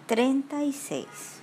36.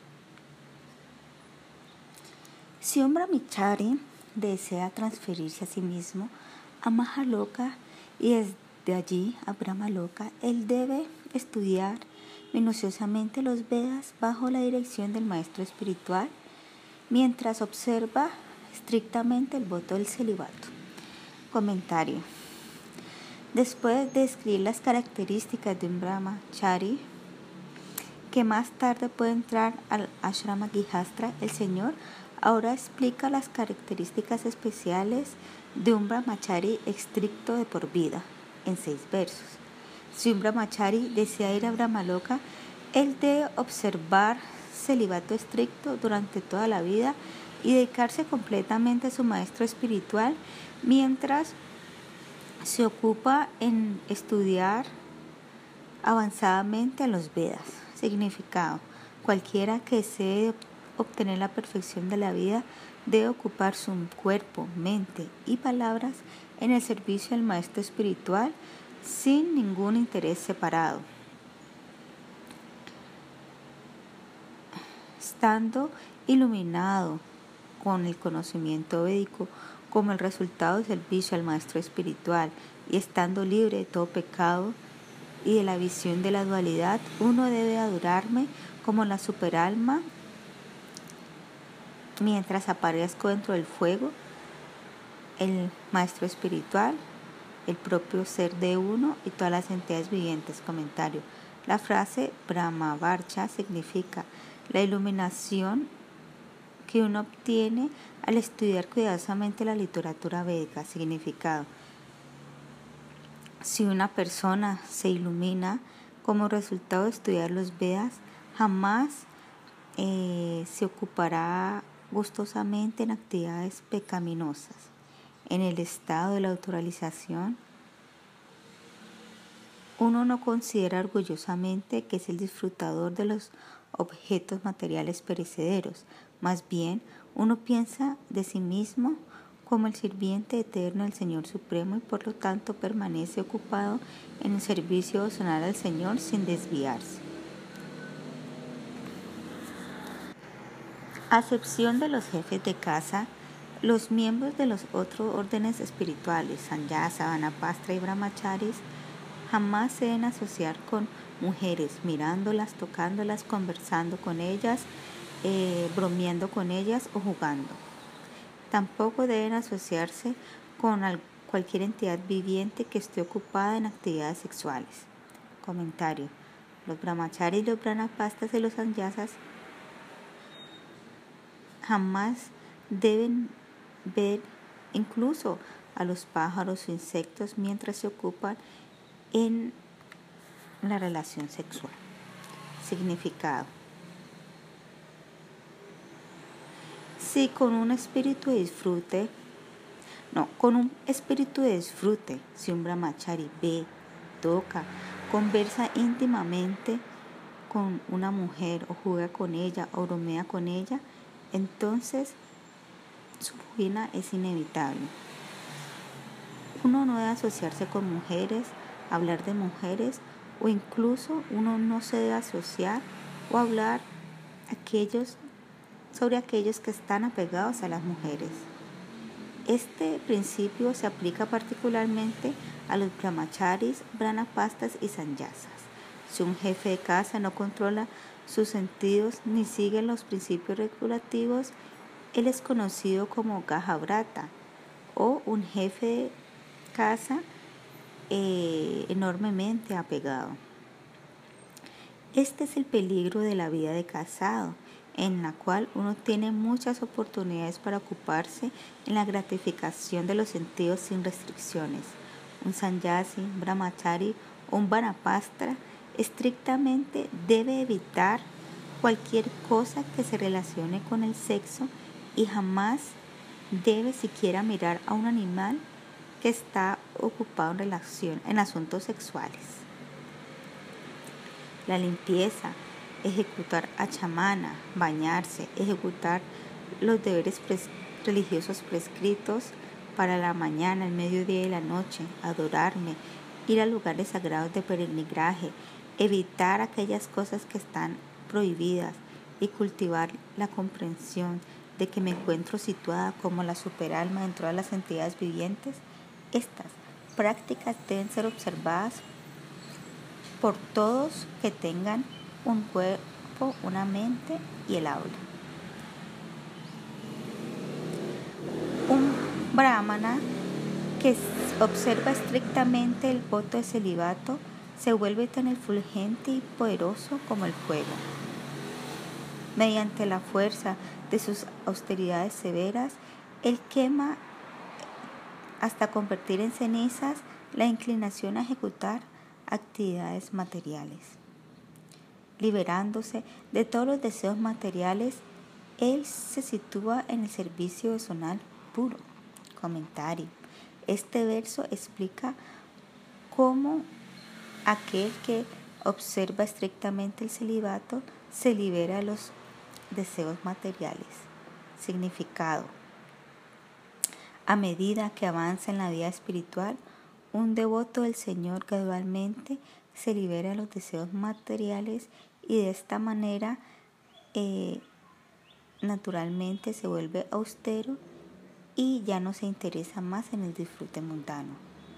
Si un brahmachari desea transferirse a sí mismo a Mahaloka y desde allí a Brahmaloka, él debe estudiar minuciosamente los Vedas bajo la dirección del maestro espiritual, mientras observa estrictamente el voto del celibato. Comentario. Después de describir las características de un brahmachari que más tarde puede entrar al ashrama Grihastra, el Señor ahora explica las características especiales de un brahmachari estricto de por vida, en 6 versos. Si un brahmachari desea ir a Brahmaloka, él debe observar celibato estricto durante toda la vida y dedicarse completamente a su maestro espiritual mientras se ocupa en estudiar avanzadamente a los Vedas. Significado: cualquiera que desee obtener la perfección de la vida debe ocupar su cuerpo, mente y palabras en el servicio del maestro espiritual sin ningún interés separado. Estando iluminado con el conocimiento védico como el resultado del servicio al maestro espiritual y estando libre de todo pecado y de la visión de la dualidad, uno debe adorarme como la superalma mientras aparezco dentro del fuego, el maestro espiritual, el propio ser de uno y todas las entidades vivientes. Comentario. La frase Brahmavarcha significa la iluminación que uno obtiene al estudiar cuidadosamente la literatura védica. Significado: si una persona se ilumina como resultado de estudiar los Vedas, jamás se ocupará gustosamente en actividades pecaminosas. En el estado de la autorrealización, uno no considera orgullosamente que es el disfrutador de los objetos materiales perecederos. Más bien, uno piensa de sí mismo como el sirviente eterno del Señor Supremo y por lo tanto permanece ocupado en el servicio devocional al Señor sin desviarse. A excepción de los jefes de casa, los miembros de los otros órdenes espirituales, Sannyasa, Vanapastra y Brahmacharis, jamás se deben asociar con mujeres, mirándolas, tocándolas, conversando con ellas, bromeando con ellas o jugando. Tampoco deben asociarse con cualquier entidad viviente que esté ocupada en actividades sexuales. Comentario. Los brahmacharis, los brahmapastras y los sannyasas jamás deben ver incluso a los pájaros o insectos mientras se ocupan en la relación sexual. Significado: si con un espíritu de disfrute, si un brahmachari ve, toca, conversa íntimamente con una mujer o juega con ella o bromea con ella, entonces su ruina es inevitable. Uno no debe asociarse con mujeres, hablar de mujeres o incluso uno no se debe asociar o hablar sobre aquellos que están apegados a las mujeres. Este principio se aplica particularmente a los brahmacharis, brahmapastras y sannyasas. Si un jefe de casa no controla sus sentidos ni sigue los principios regulativos, él es conocido como Gajavrata o un jefe de casa enormemente apegado. Este es el peligro de la vida de casado, en la cual uno tiene muchas oportunidades para ocuparse en la gratificación de los sentidos sin restricciones. Un sannyasi, brahmachari o un vanapastra estrictamente debe evitar cualquier cosa que se relacione con el sexo y jamás debe siquiera mirar a un animal que está ocupado en asuntos sexuales. La limpieza, ejecutar achamana, bañarse, ejecutar los deberes religiosos prescritos para la mañana, el mediodía y la noche, adorarme, ir a lugares sagrados de peregrinaje, evitar aquellas cosas que están prohibidas y cultivar la comprensión de que me encuentro situada como la superalma dentro de las entidades vivientes. Estas prácticas deben ser observadas por todos que tengan un cuerpo, una mente y el habla. Un brahmana que observa estrictamente el voto de celibato se vuelve tan efulgente y poderoso como el fuego. Mediante la fuerza de sus austeridades severas, él quema hasta convertir en cenizas la inclinación a ejecutar actividades materiales. Liberándose de todos los deseos materiales, él se sitúa en el servicio personal puro. Comentario. Este verso explica cómo aquel que observa estrictamente el celibato se libera de los deseos materiales. Significado. A medida que avanza en la vida espiritual, un devoto del Señor gradualmente se libera de los deseos materiales y de esta manera naturalmente se vuelve austero y ya no se interesa más en el disfrute mundano.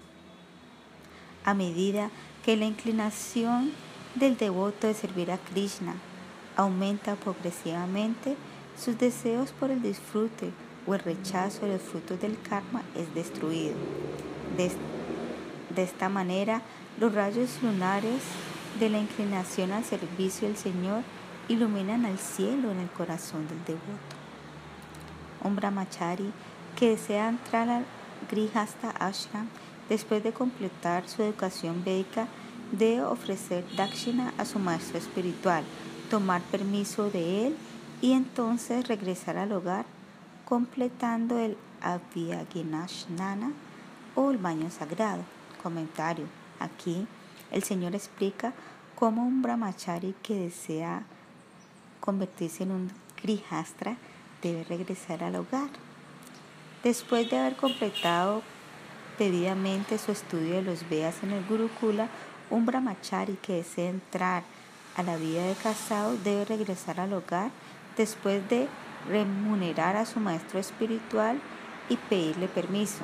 A medida que la inclinación del devoto de servir a Krishna aumenta progresivamente, sus deseos por el disfrute o el rechazo de los frutos del karma es destruido. De esta manera, los rayos lunares de la inclinación al servicio del Señor iluminan al cielo en el corazón del devoto. Un brahmachari que desea entrar al Grihastha Ashram después de completar su educación védica debe ofrecer dakshina a su maestro espiritual, tomar permiso de él y entonces regresar al hogar completando el Abhyaginasnana o el baño sagrado. Comentario. Aquí el Señor explica cómo un brahmachari que desea convertirse en un grihastra debe regresar al hogar. Después de haber completado debidamente su estudio de los Vedas en el Gurukula, un brahmachari que desea entrar a la vida de casado debe regresar al hogar después de remunerar a su maestro espiritual y pedirle permiso.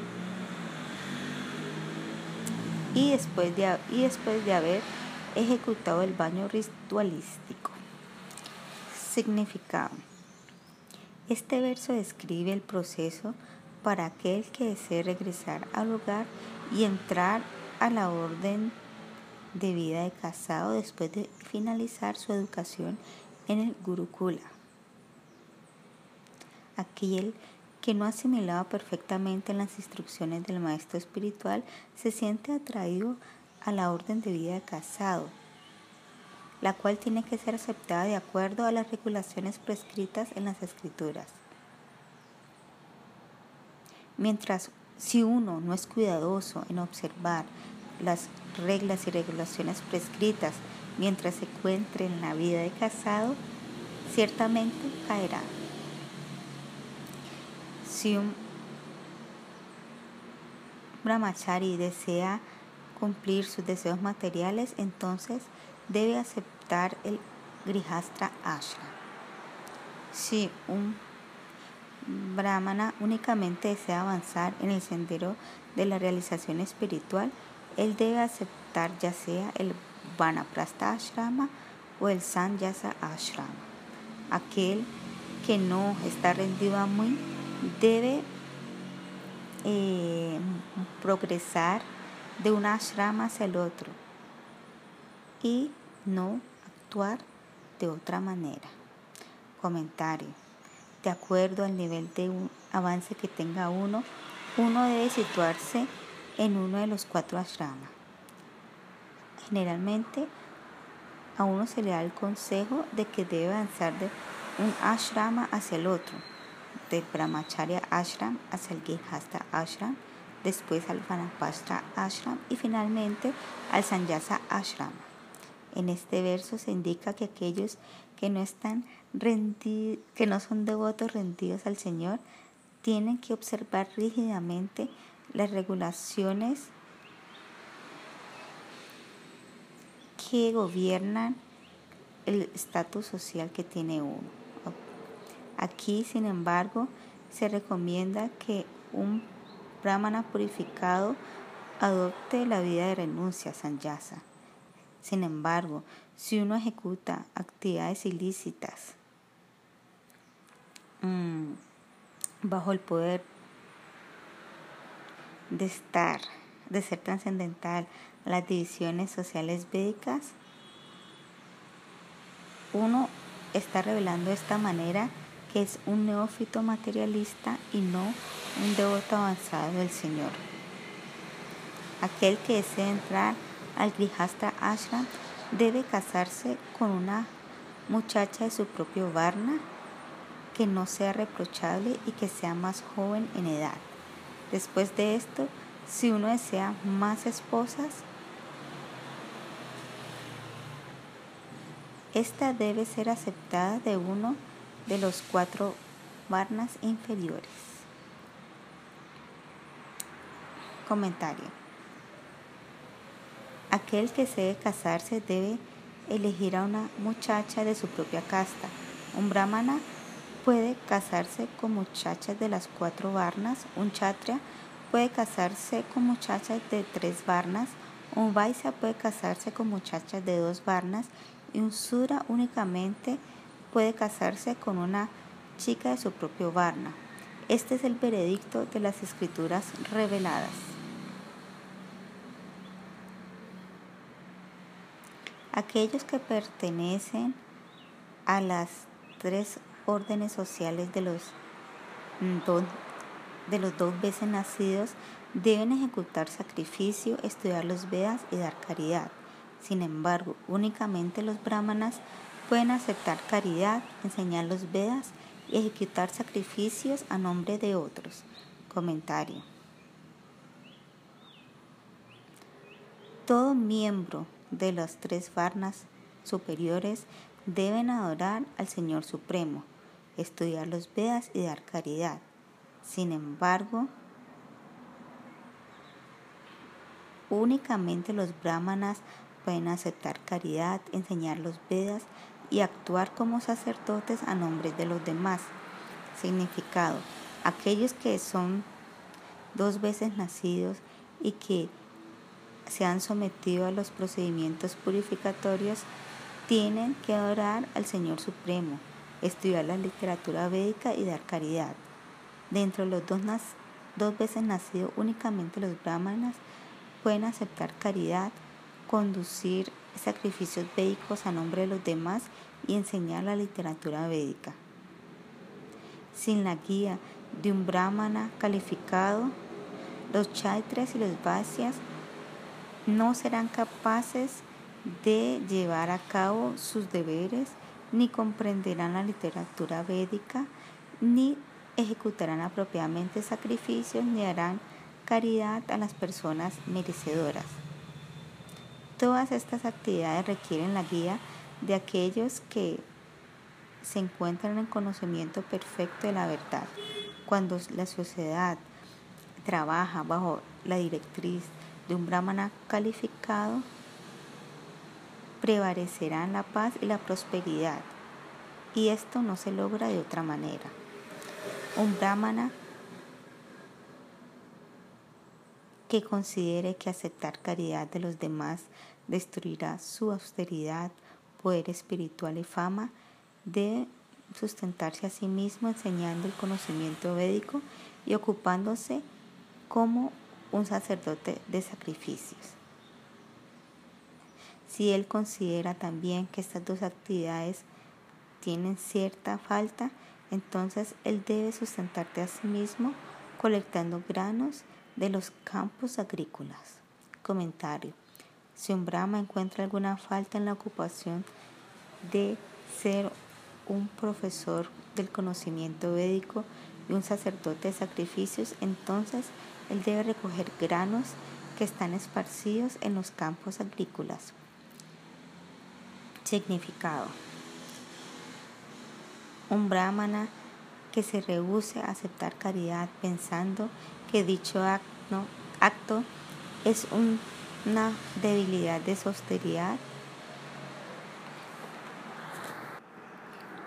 Y después de haber ejecutado el baño ritualístico. Significado. Este verso describe el proceso para aquel que desee regresar al hogar y entrar a la orden de vida de casado después de finalizar su educación en el Gurukula. Aquel que no ha asimilado perfectamente las instrucciones del maestro espiritual se siente atraído a la orden de vida de casado, la cual tiene que ser aceptada de acuerdo a las regulaciones prescritas en las escrituras. Mientras, si uno no es cuidadoso en observar las reglas y regulaciones prescritas mientras se encuentre en la vida de casado, ciertamente caerá. Si un brahmachari desea cumplir sus deseos materiales, entonces debe aceptar el Grihastha Ashram. Si un brahmana únicamente desea avanzar en el sendero de la realización espiritual, él debe aceptar ya sea el Vanaprastha Ashrama o el Sannyasa Ashrama. Aquel que no está rendido a mí debe progresar de un ashrama hacia el otro y no actuar de otra manera. Comentario. De acuerdo al nivel de avance que tenga uno debe situarse en uno de los 4 ashramas. Generalmente a uno se le da el consejo de que debe avanzar de un ashrama hacia el otro, del Brahmacharya Ashram hacia el Grihastha Ashram, después al Vanaprastha Ashram y finalmente al Sannyasa Ashram. En este verso se indica que aquellos que no son devotos rendidos al Señor tienen que observar rígidamente las regulaciones que gobiernan el estatus social que tiene uno. Aquí, sin embargo, se recomienda que un brahmana purificado adopte la vida de renuncia, sannyasa. Sin embargo, si uno ejecuta actividades ilícitas bajo el poder de ser trascendental a las divisiones sociales védicas, uno está revelando de esta manera que es un neófito materialista y no un devoto avanzado del Señor. Aquel que desea entrar al Grihastha Ashram debe casarse con una muchacha de su propio varna que no sea reprochable y que sea más joven en edad. Después de esto, si uno desea más esposas, esta debe ser aceptada de uno de los 4 varnas inferiores. Comentario. Aquel que desee casarse debe elegir a una muchacha de su propia casta. Un brahmana puede casarse con muchachas de las 4 varnas, un kshatriya puede casarse con muchachas de 3 varnas, un vaisya puede casarse con muchachas de 2 varnas y un sudra únicamente puede casarse con una chica de su propio varna. Este es el veredicto de las escrituras reveladas. Aquellos que pertenecen a las 3 órdenes sociales de los 2 veces nacidos deben ejecutar sacrificio, estudiar los Vedas y dar caridad. Sin embargo, únicamente los brahmanas pueden aceptar caridad, enseñar los Vedas y ejecutar sacrificios a nombre de otros. Comentario. Todo miembro de las 3 varnas superiores deben adorar al Señor Supremo, estudiar los Vedas y dar caridad. Sin embargo, únicamente los brahmanas pueden aceptar caridad, enseñar los Vedas y actuar como sacerdotes a nombre de los demás. Significado: aquellos que son 2 veces nacidos y que se han sometido a los procedimientos purificatorios tienen que adorar al Señor Supremo, estudiar la literatura védica y dar caridad. Dentro de los 2 veces nacidos, únicamente los brahmanas pueden aceptar caridad, conducir sacrificios védicos a nombre de los demás y enseñar la literatura védica. Sin la guía de un brahmana calificado, los kshatriyas y los vaisyas no serán capaces de llevar a cabo sus deberes, ni comprenderán la literatura védica, ni ejecutarán apropiadamente sacrificios, ni harán caridad a las personas merecedoras. Todas estas actividades requieren la guía de aquellos que se encuentran en conocimiento perfecto de la verdad. Cuando la sociedad trabaja bajo la directriz de un brahmana calificado, prevalecerán la paz y la prosperidad, y esto no se logra de otra manera. Un brahmana que considere que aceptar caridad de los demás destruirá su austeridad, poder espiritual y fama, debe sustentarse a sí mismo enseñando el conocimiento védico y ocupándose como un sacerdote de sacrificios. Si él considera también que estas 2 actividades tienen cierta falta, entonces él debe sustentarse a sí mismo colectando granos de los campos agrícolas. Comentario. Si un brahma encuentra alguna falta en la ocupación de ser un profesor del conocimiento védico y un sacerdote de sacrificios, entonces él debe recoger granos que están esparcidos en los campos agrícolas. Significado: un brahmana que se rehúse a aceptar caridad pensando que dicho acto es una debilidad de su austeridad,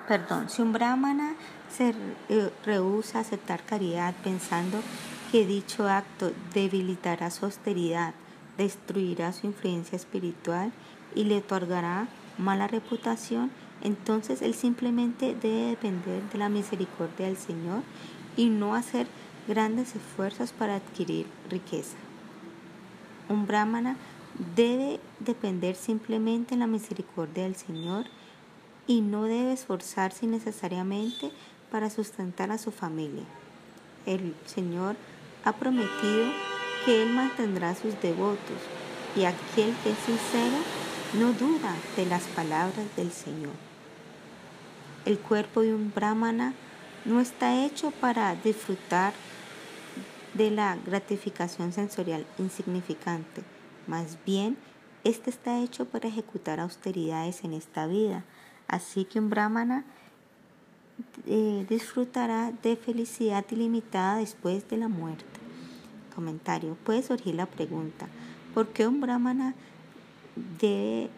Si un brahmana se rehúsa a aceptar caridad pensando que dicho acto debilitará su austeridad, destruirá su influencia espiritual y le otorgará mala reputación, entonces él simplemente debe depender de la misericordia del Señor y no hacer grandes esfuerzos para adquirir riqueza. Un brahmana debe depender simplemente de la misericordia del Señor y no debe esforzarse innecesariamente para sustentar a su familia. El Señor ha prometido que Él mantendrá a sus devotos y aquel que es sincero no duda de las palabras del Señor. El cuerpo de un brahmana no está hecho para disfrutar de la gratificación sensorial insignificante. Más bien, este está hecho para ejecutar austeridades en esta vida. Así que un brahmana disfrutará de felicidad ilimitada después de la muerte. Comentario. Puede surgir la pregunta: ¿por qué un brahmana debe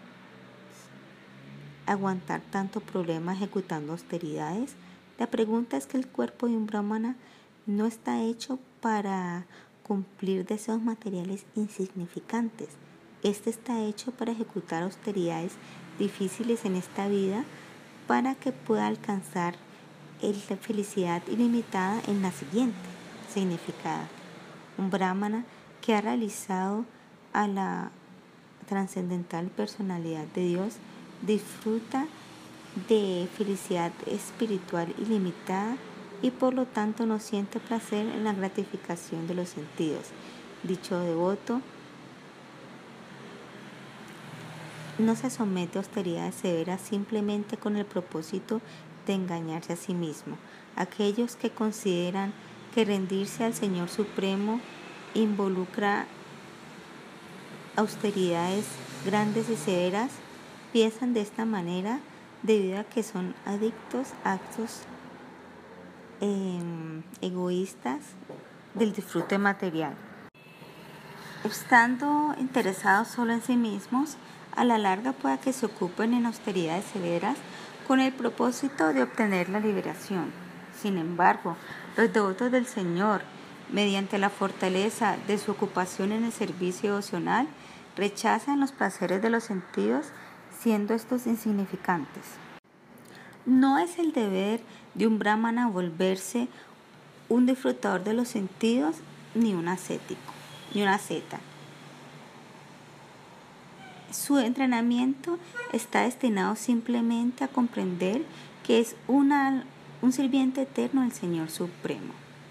aguantar tanto problema ejecutando austeridades? La pregunta es que el cuerpo de un brahmana no está hecho para cumplir deseos materiales insignificantes. Este está hecho para ejecutar austeridades difíciles en esta vida para que pueda alcanzar la felicidad ilimitada en la siguiente. Significado: un brahmana que ha realizado a la trascendental personalidad de Dios disfruta de felicidad espiritual ilimitada y por lo tanto no siente placer en la gratificación de los sentidos. Dicho devoto no se somete a austeridades severas simplemente con el propósito de engañarse a sí mismo. Aquellos que consideran que rendirse al Señor Supremo involucra austeridades grandes y severas piensan de esta manera debido a que son adictos a actos egoístas del disfrute material. Estando interesados solo en sí mismos, a la larga pueda que se ocupen en austeridades severas con el propósito de obtener la liberación. Sin embargo, los devotos del Señor, mediante la fortaleza de su ocupación en el servicio devocional, rechazan los placeres de los sentidos, siendo estos insignificantes. No es el deber de un brahmana volverse un disfrutador de los sentidos ni un ascético, ni una asceta. Su entrenamiento está destinado simplemente a comprender que es un sirviente eterno del Señor Supremo.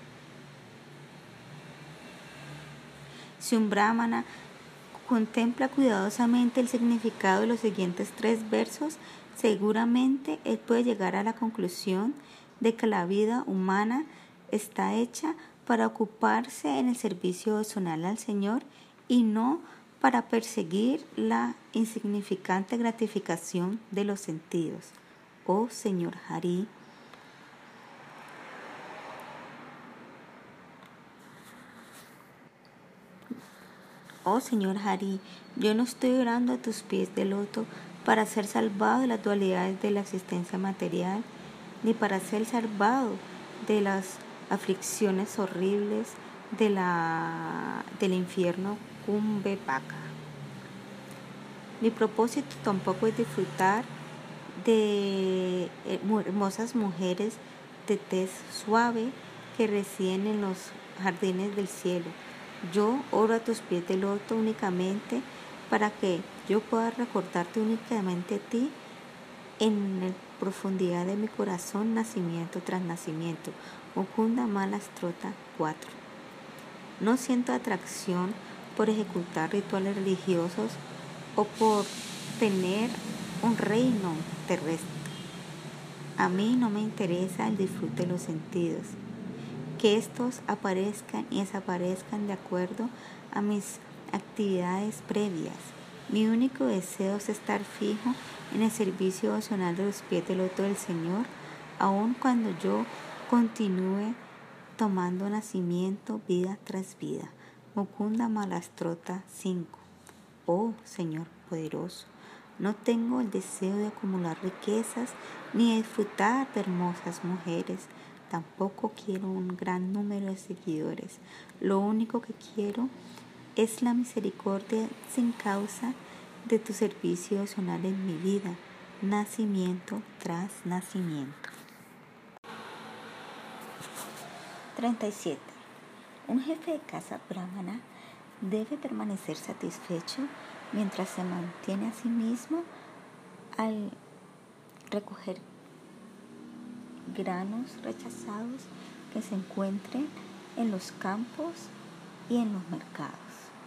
Si un brahmana contempla cuidadosamente el significado de los siguientes 3 versos, seguramente él puede llegar a la conclusión de que la vida humana está hecha para ocuparse en el servicio devocional al Señor y no para perseguir la insignificante gratificación de los sentidos. Oh Señor Hari, oh Señor Hari, yo no estoy orando a tus pies de loto para ser salvado de las dualidades de la existencia material, ni para ser salvado de las aflicciones horribles del infierno Kumbhaka. Mi propósito tampoco es disfrutar de hermosas mujeres de tez suave que residen en los jardines del cielo. Yo oro a tus pies de loto únicamente para que yo pueda recordarte únicamente a ti en la profundidad de mi corazón, nacimiento tras nacimiento. Mukunda Mala Strota 4. No siento atracción por ejecutar rituales religiosos o por tener un reino terrestre. A mí no me interesa el disfrute de los sentidos, que estos aparezcan y desaparezcan de acuerdo a mis actividades previas. Mi único deseo es estar fijo en el servicio devocional de los pies del loto del Señor, aun cuando yo continúe tomando nacimiento vida tras vida. Mukunda Malastrota 5. Oh Señor poderoso, No tengo el deseo de acumular riquezas ni de disfrutar de hermosas mujeres. Tampoco quiero un gran número de seguidores. Lo único que quiero es la misericordia sin causa de tu servicio devocional en mi vida, nacimiento tras nacimiento. 37. Un jefe de casa brahmana debe permanecer satisfecho mientras se mantiene a sí mismo al recoger granos rechazados que se encuentren en los campos y en los mercados.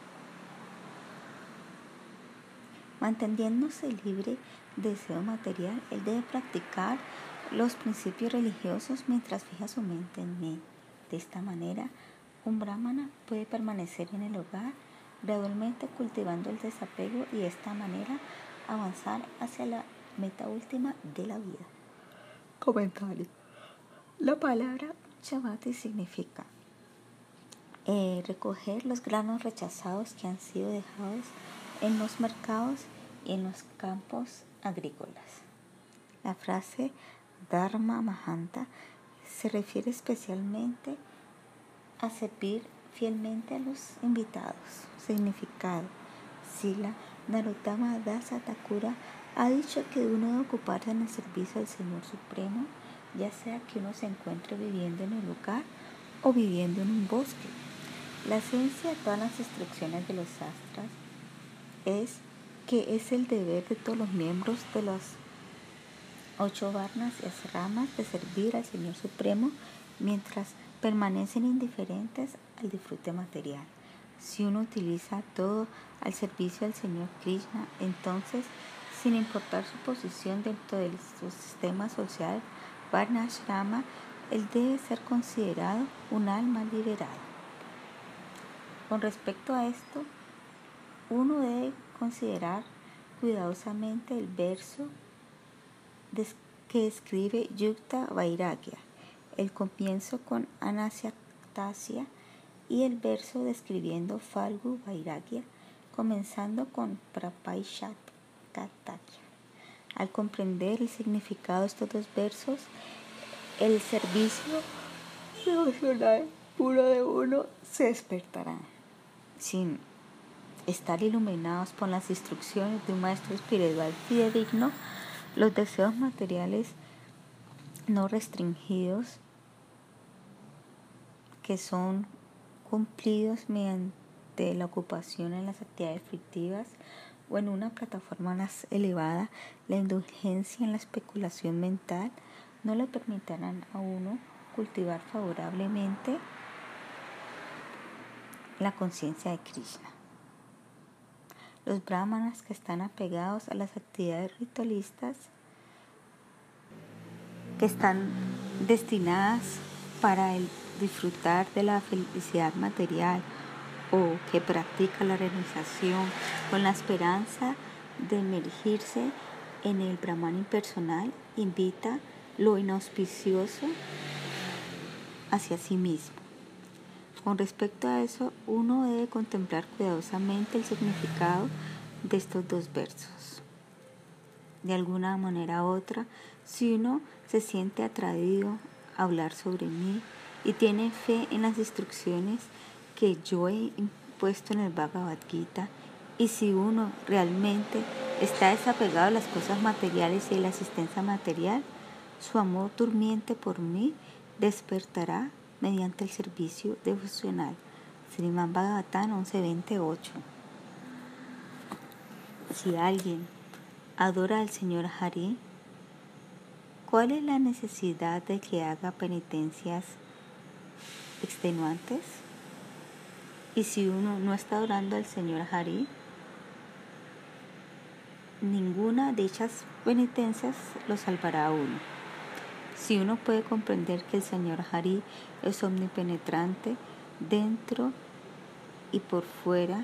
Manteniéndose libre de deseo material, él debe practicar los principios religiosos mientras fija su mente en mí. De esta manera, un brahmana puede permanecer en el hogar, gradualmente cultivando el desapego y de esta manera avanzar hacia la meta última de la vida. Comentario. La palabra Shamati significa recoger los granos rechazados que han sido dejados en los mercados y en los campos agrícolas. La frase Dharma Mahanta se refiere especialmente a servir fielmente a los invitados. Significado: Srila Narottama Dasa Thakura ha dicho que uno debe ocuparse en el servicio del Señor Supremo, ya sea que uno se encuentre viviendo en el hogar o viviendo en un bosque. La esencia de todas las instrucciones de los sastras es que es el deber de todos los miembros de los 8 varnas y asramas de servir al Señor Supremo mientras permanecen indiferentes al disfrute material. Si uno utiliza todo al servicio del Señor Krishna, entonces, sin importar su posición dentro de su sistema social, varna ashrama, él debe ser considerado un alma liberada. Con respecto a esto, uno debe considerar cuidadosamente el verso que escribe Yukta Vairagya, el comienzo con Anasyaktasya y el verso describiendo Falgu Vairagya, comenzando con Prapaishat Katakya. Al comprender el significado de estos 2 versos, el servicio devocional puro de uno se despertará. Sin estar iluminados por las instrucciones de un maestro espiritual fidedigno, los deseos materiales no restringidos que son cumplidos mediante la ocupación en las actividades frictivas o en una plataforma más elevada, la indulgencia en la especulación mental no le permitirán a uno cultivar favorablemente la conciencia de Krishna. Los brahmanas que están apegados a las actividades ritualistas que están destinadas para el disfrutar de la felicidad material o que practican la realización con la esperanza de emergirse en el Brahman impersonal, invita lo inauspicioso hacia sí mismo. Con respecto a eso, uno debe contemplar cuidadosamente el significado de estos 2 versos. De alguna manera u otra, si uno se siente atraído a hablar sobre mí y tiene fe en las instrucciones que yo he impuesto en el Bhagavad Gita, y si uno realmente está desapegado a las cosas materiales y de la existencia material, su amor durmiente por mí despertará mediante el servicio devocional. Srimad Bhagavatam 11.28. Si alguien adora al Señor Hari, ¿cuál es la necesidad de que haga penitencias extenuantes? Y si uno no está adorando al Señor Hari, ninguna de dichas penitencias lo salvará a uno. Si uno puede comprender que el Señor Hari es omnipenetrante dentro y por fuera,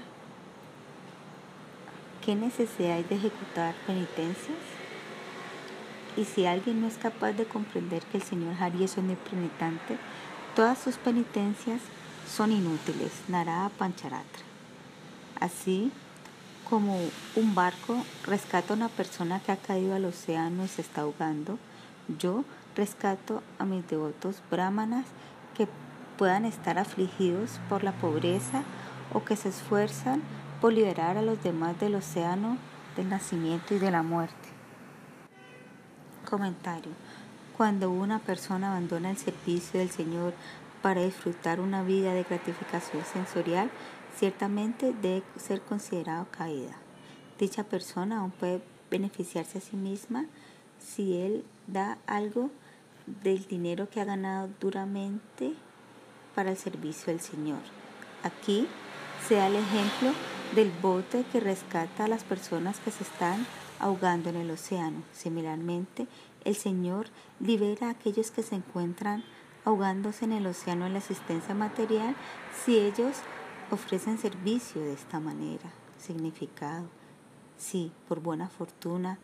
¿qué necesidad hay de ejecutar penitencias? Y si alguien no es capaz de comprender que el Señor Hari es omnipenetrante, todas sus penitencias son inútiles. Narada Pancharatra. Así como un barco rescata a una persona que ha caído al océano y se está ahogando, yo rescato a mis devotos brahmanas que puedan estar afligidos por la pobreza o que se esfuerzan por liberar a los demás del océano del nacimiento y de la muerte. Comentario. Cuando una persona abandona el servicio del Señor para disfrutar una vida de gratificación sensorial, ciertamente debe ser considerado caída. Dicha persona aún puede beneficiarse a sí misma si él da algo del dinero que ha ganado duramente para el servicio del Señor. Aquí se da el ejemplo del bote que rescata a las personas que se están ahogando en el océano. Similarmente, el Señor libera a aquellos que se encuentran ahogándose en el océano en la existencia material si ellos ofrecen servicio de esta manera. Significado. Si por buena fortuna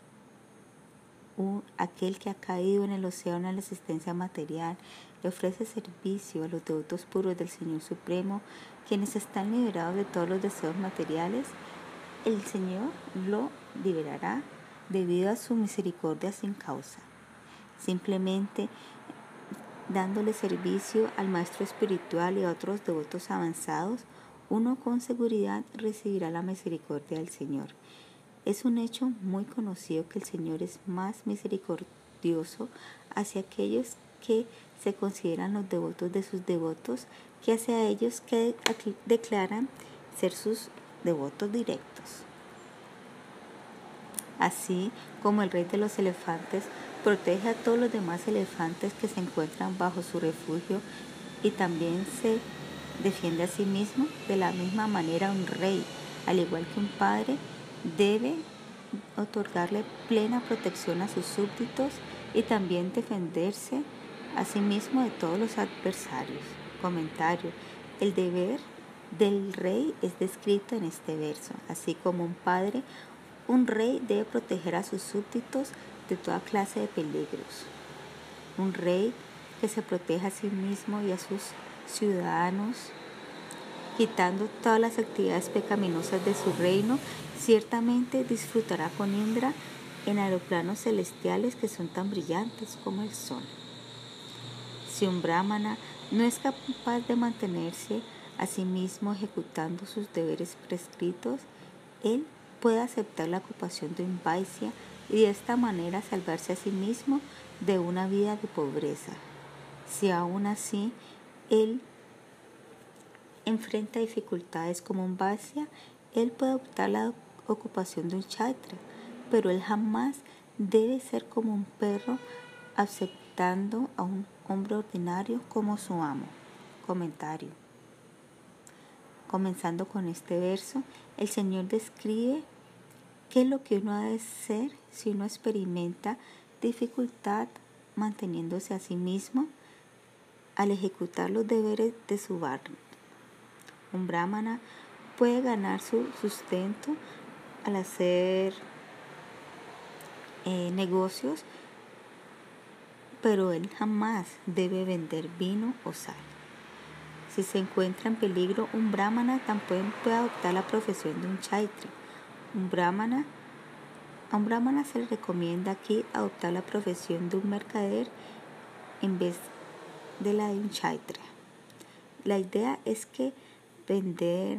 aquel que ha caído en el océano en la existencia material le ofrece servicio a los devotos puros del Señor Supremo, quienes están liberados de todos los deseos materiales, el Señor lo liberará debido a su misericordia sin causa. Simplemente dándole servicio al Maestro Espiritual y a otros devotos avanzados, uno con seguridad recibirá la misericordia del Señor. Es un hecho muy conocido que el Señor es más misericordioso hacia aquellos que se consideran los devotos de sus devotos que hacia ellos que declaran ser sus devotos directos. Así como el rey de los elefantes protege a todos los demás elefantes que se encuentran bajo su refugio y también se defiende a sí mismo, de la misma manera un rey, al igual que un padre, debe otorgarle plena protección a sus súbditos y también defenderse a sí mismo de todos los adversarios. Comentario. El deber del rey es descrito en este verso. Así como un padre, un rey debe proteger a sus súbditos de toda clase de peligros. Un rey que se proteja a sí mismo y a sus ciudadanos, quitando todas las actividades pecaminosas de su reino, ciertamente disfrutará con Indra en aeroplanos celestiales que son tan brillantes como el sol. Si un brahmana no es capaz de mantenerse a sí mismo ejecutando sus deberes prescritos, él puede aceptar la ocupación de un vaisya y de esta manera salvarse a sí mismo de una vida de pobreza. Si aún así él enfrenta dificultades como un vaisya, él puede optar la ocupación de un kshatriya, pero él jamás debe ser como un perro aceptando a un hombre ordinario como su amo. Comentario. Comenzando con este verso, el Señor describe qué es lo que uno debe ser si uno experimenta dificultad manteniéndose a sí mismo al ejecutar los deberes de su varna. Un brahmana puede ganar su sustento al hacer negocios, pero él jamás debe vender vino o sal. Si se encuentra en peligro, un brahmana también puede adoptar la profesión de un kshatriya. A un brahmana se le recomienda aquí adoptar la profesión de un mercader en vez de la de un kshatriya. La idea es que vender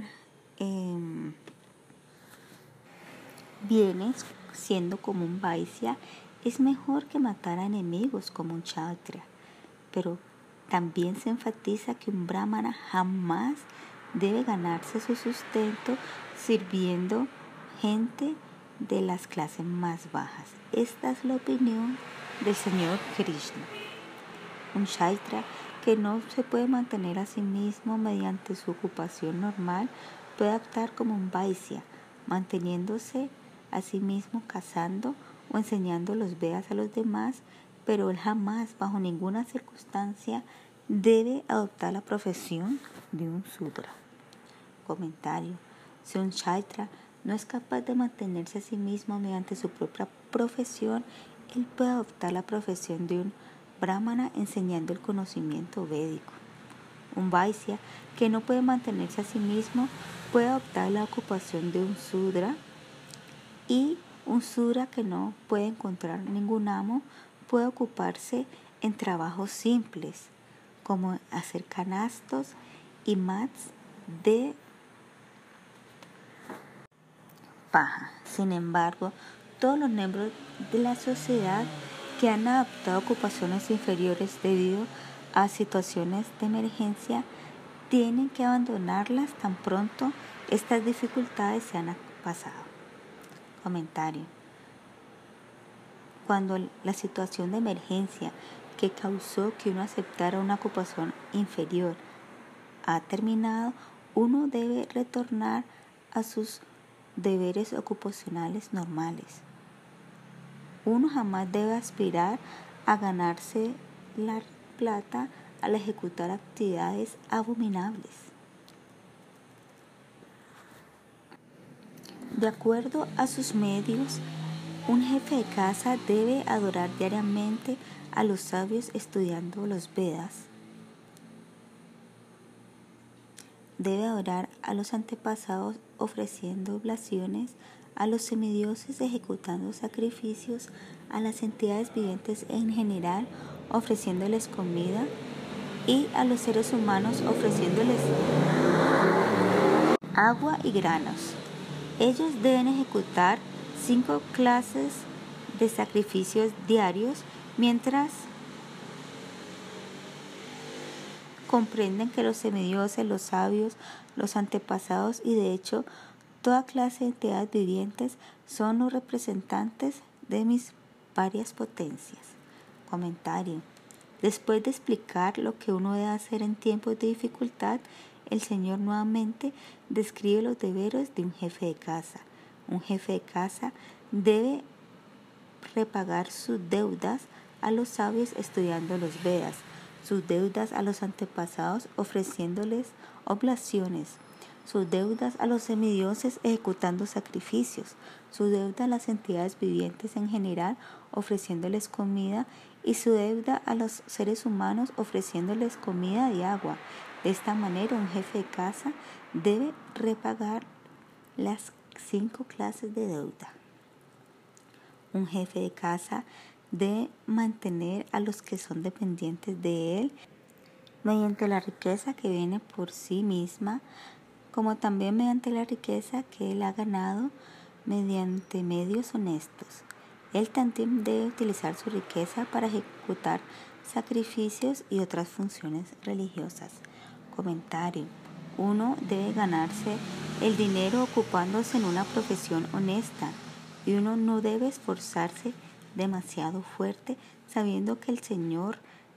bienes siendo como un vaisya es mejor que matar a enemigos como un kshatriya, pero también se enfatiza que un brahmana jamás debe ganarse su sustento sirviendo gente de las clases más bajas. Esta es la opinión del Señor Krishna. Un kshatriya que no se puede mantener a sí mismo mediante su ocupación normal puede actuar como un vaisya, manteniéndose a sí mismo cazando o enseñando los Vedas a los demás, pero él jamás, bajo ninguna circunstancia, debe adoptar la profesión de un sudra. Comentario. Si un kshatriya no es capaz de mantenerse a sí mismo mediante su propia profesión, él puede adoptar la profesión de un brahmana enseñando el conocimiento védico. Un vaisya que no puede mantenerse a sí mismo puede adoptar la ocupación de un sudra, y un sudra que no puede encontrar ningún amo puede ocuparse en trabajos simples como hacer canastos y mats de paja. Sin embargo, todos los miembros de la sociedad que han adoptado ocupaciones inferiores debido a situaciones de emergencia tienen que abandonarlas tan pronto estas dificultades se han pasado. Comentario. Cuando la situación de emergencia que causó que uno aceptara una ocupación inferior ha terminado, uno debe retornar a sus deberes ocupacionales normales. Uno jamás debe aspirar a ganarse la plata al ejecutar actividades abominables. De acuerdo a sus medios, un jefe de casa debe adorar diariamente a los sabios estudiando los Vedas. Debe adorar a los antepasados ofreciendo oblaciones, a los semidioses ejecutando sacrificios, a las entidades vivientes en general ofreciéndoles comida y a los seres humanos ofreciéndoles agua y granos. Ellos deben ejecutar 5 clases de sacrificios diarios mientras comprenden que los semidioses, los sabios, los antepasados y de hecho toda clase de entidades vivientes son los representantes de mis varias potencias. Comentario. Después de explicar lo que uno debe hacer en tiempos de dificultad, el Señor nuevamente describe los deberes de un jefe de casa. Un jefe de casa debe repagar sus deudas a los sabios estudiando los Vedas, sus deudas a los antepasados ofreciéndoles oblaciones, sus deudas a los semidioses ejecutando sacrificios, su deuda a las entidades vivientes en general ofreciéndoles comida y su deuda a los seres humanos ofreciéndoles comida y agua. De esta manera, un jefe de casa debe repagar las 5 clases de deuda. Un jefe de casa debe mantener a los que son dependientes de él mediante la riqueza que viene por sí misma, como también mediante la riqueza que él ha ganado mediante medios honestos. Él también debe utilizar su riqueza para ejecutar sacrificios y otras funciones religiosas. Comentario. Uno debe ganarse el dinero ocupándose en una profesión honesta y uno no debe esforzarse demasiado fuerte sabiendo que el Señor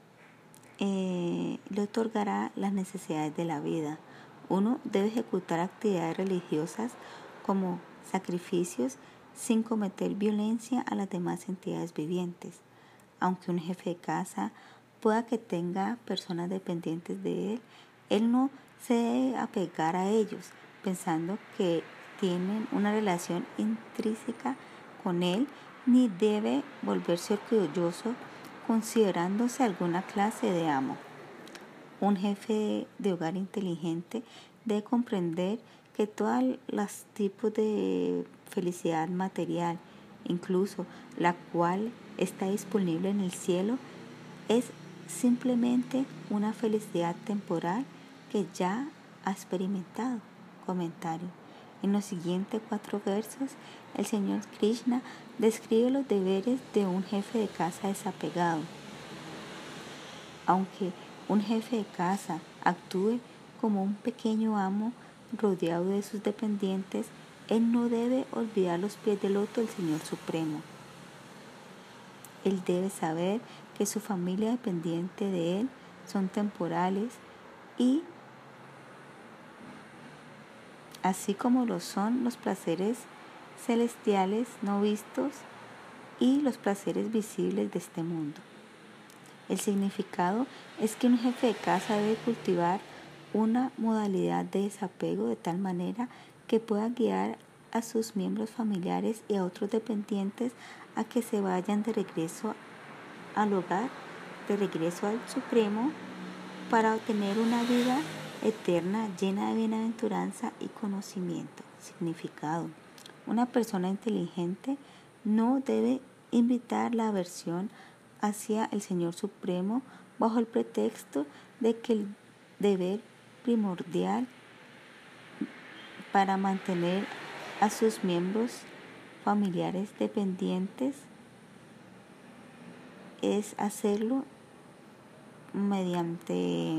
le otorgará las necesidades de la vida. Uno debe ejecutar actividades religiosas como sacrificios sin cometer violencia a las demás entidades vivientes. Aunque un jefe de casa pueda que tenga personas dependientes de él, él no se debe apegar a ellos pensando que tienen una relación intrínseca con él, ni debe volverse orgulloso considerándose alguna clase de amo. Un jefe de hogar inteligente debe comprender que todos los tipos de felicidad material, incluso la cual está disponible en el cielo, es simplemente una felicidad temporal que ya ha experimentado. Comentario. En los siguientes 4 versos, el Señor Krishna describe los deberes de un jefe de casa desapegado. Aunque un jefe de casa actúe como un pequeño amo rodeado de sus dependientes, él no debe olvidar los pies de loto del Señor Supremo. Él debe saber que su familia dependiente de él son temporales y así como lo son los placeres celestiales no vistos y los placeres visibles de este mundo. El significado es que un jefe de casa debe cultivar una modalidad de desapego de tal manera que pueda guiar a sus miembros familiares y a otros dependientes a que se vayan de regreso al hogar, de regreso al Supremo, para obtener una vida eterna llena de bienaventuranza y conocimiento. Significado. Una persona inteligente no debe invitar la aversión hacia el Señor Supremo bajo el pretexto de que el deber primordial para mantener a sus miembros familiares dependientes es hacerlo mediante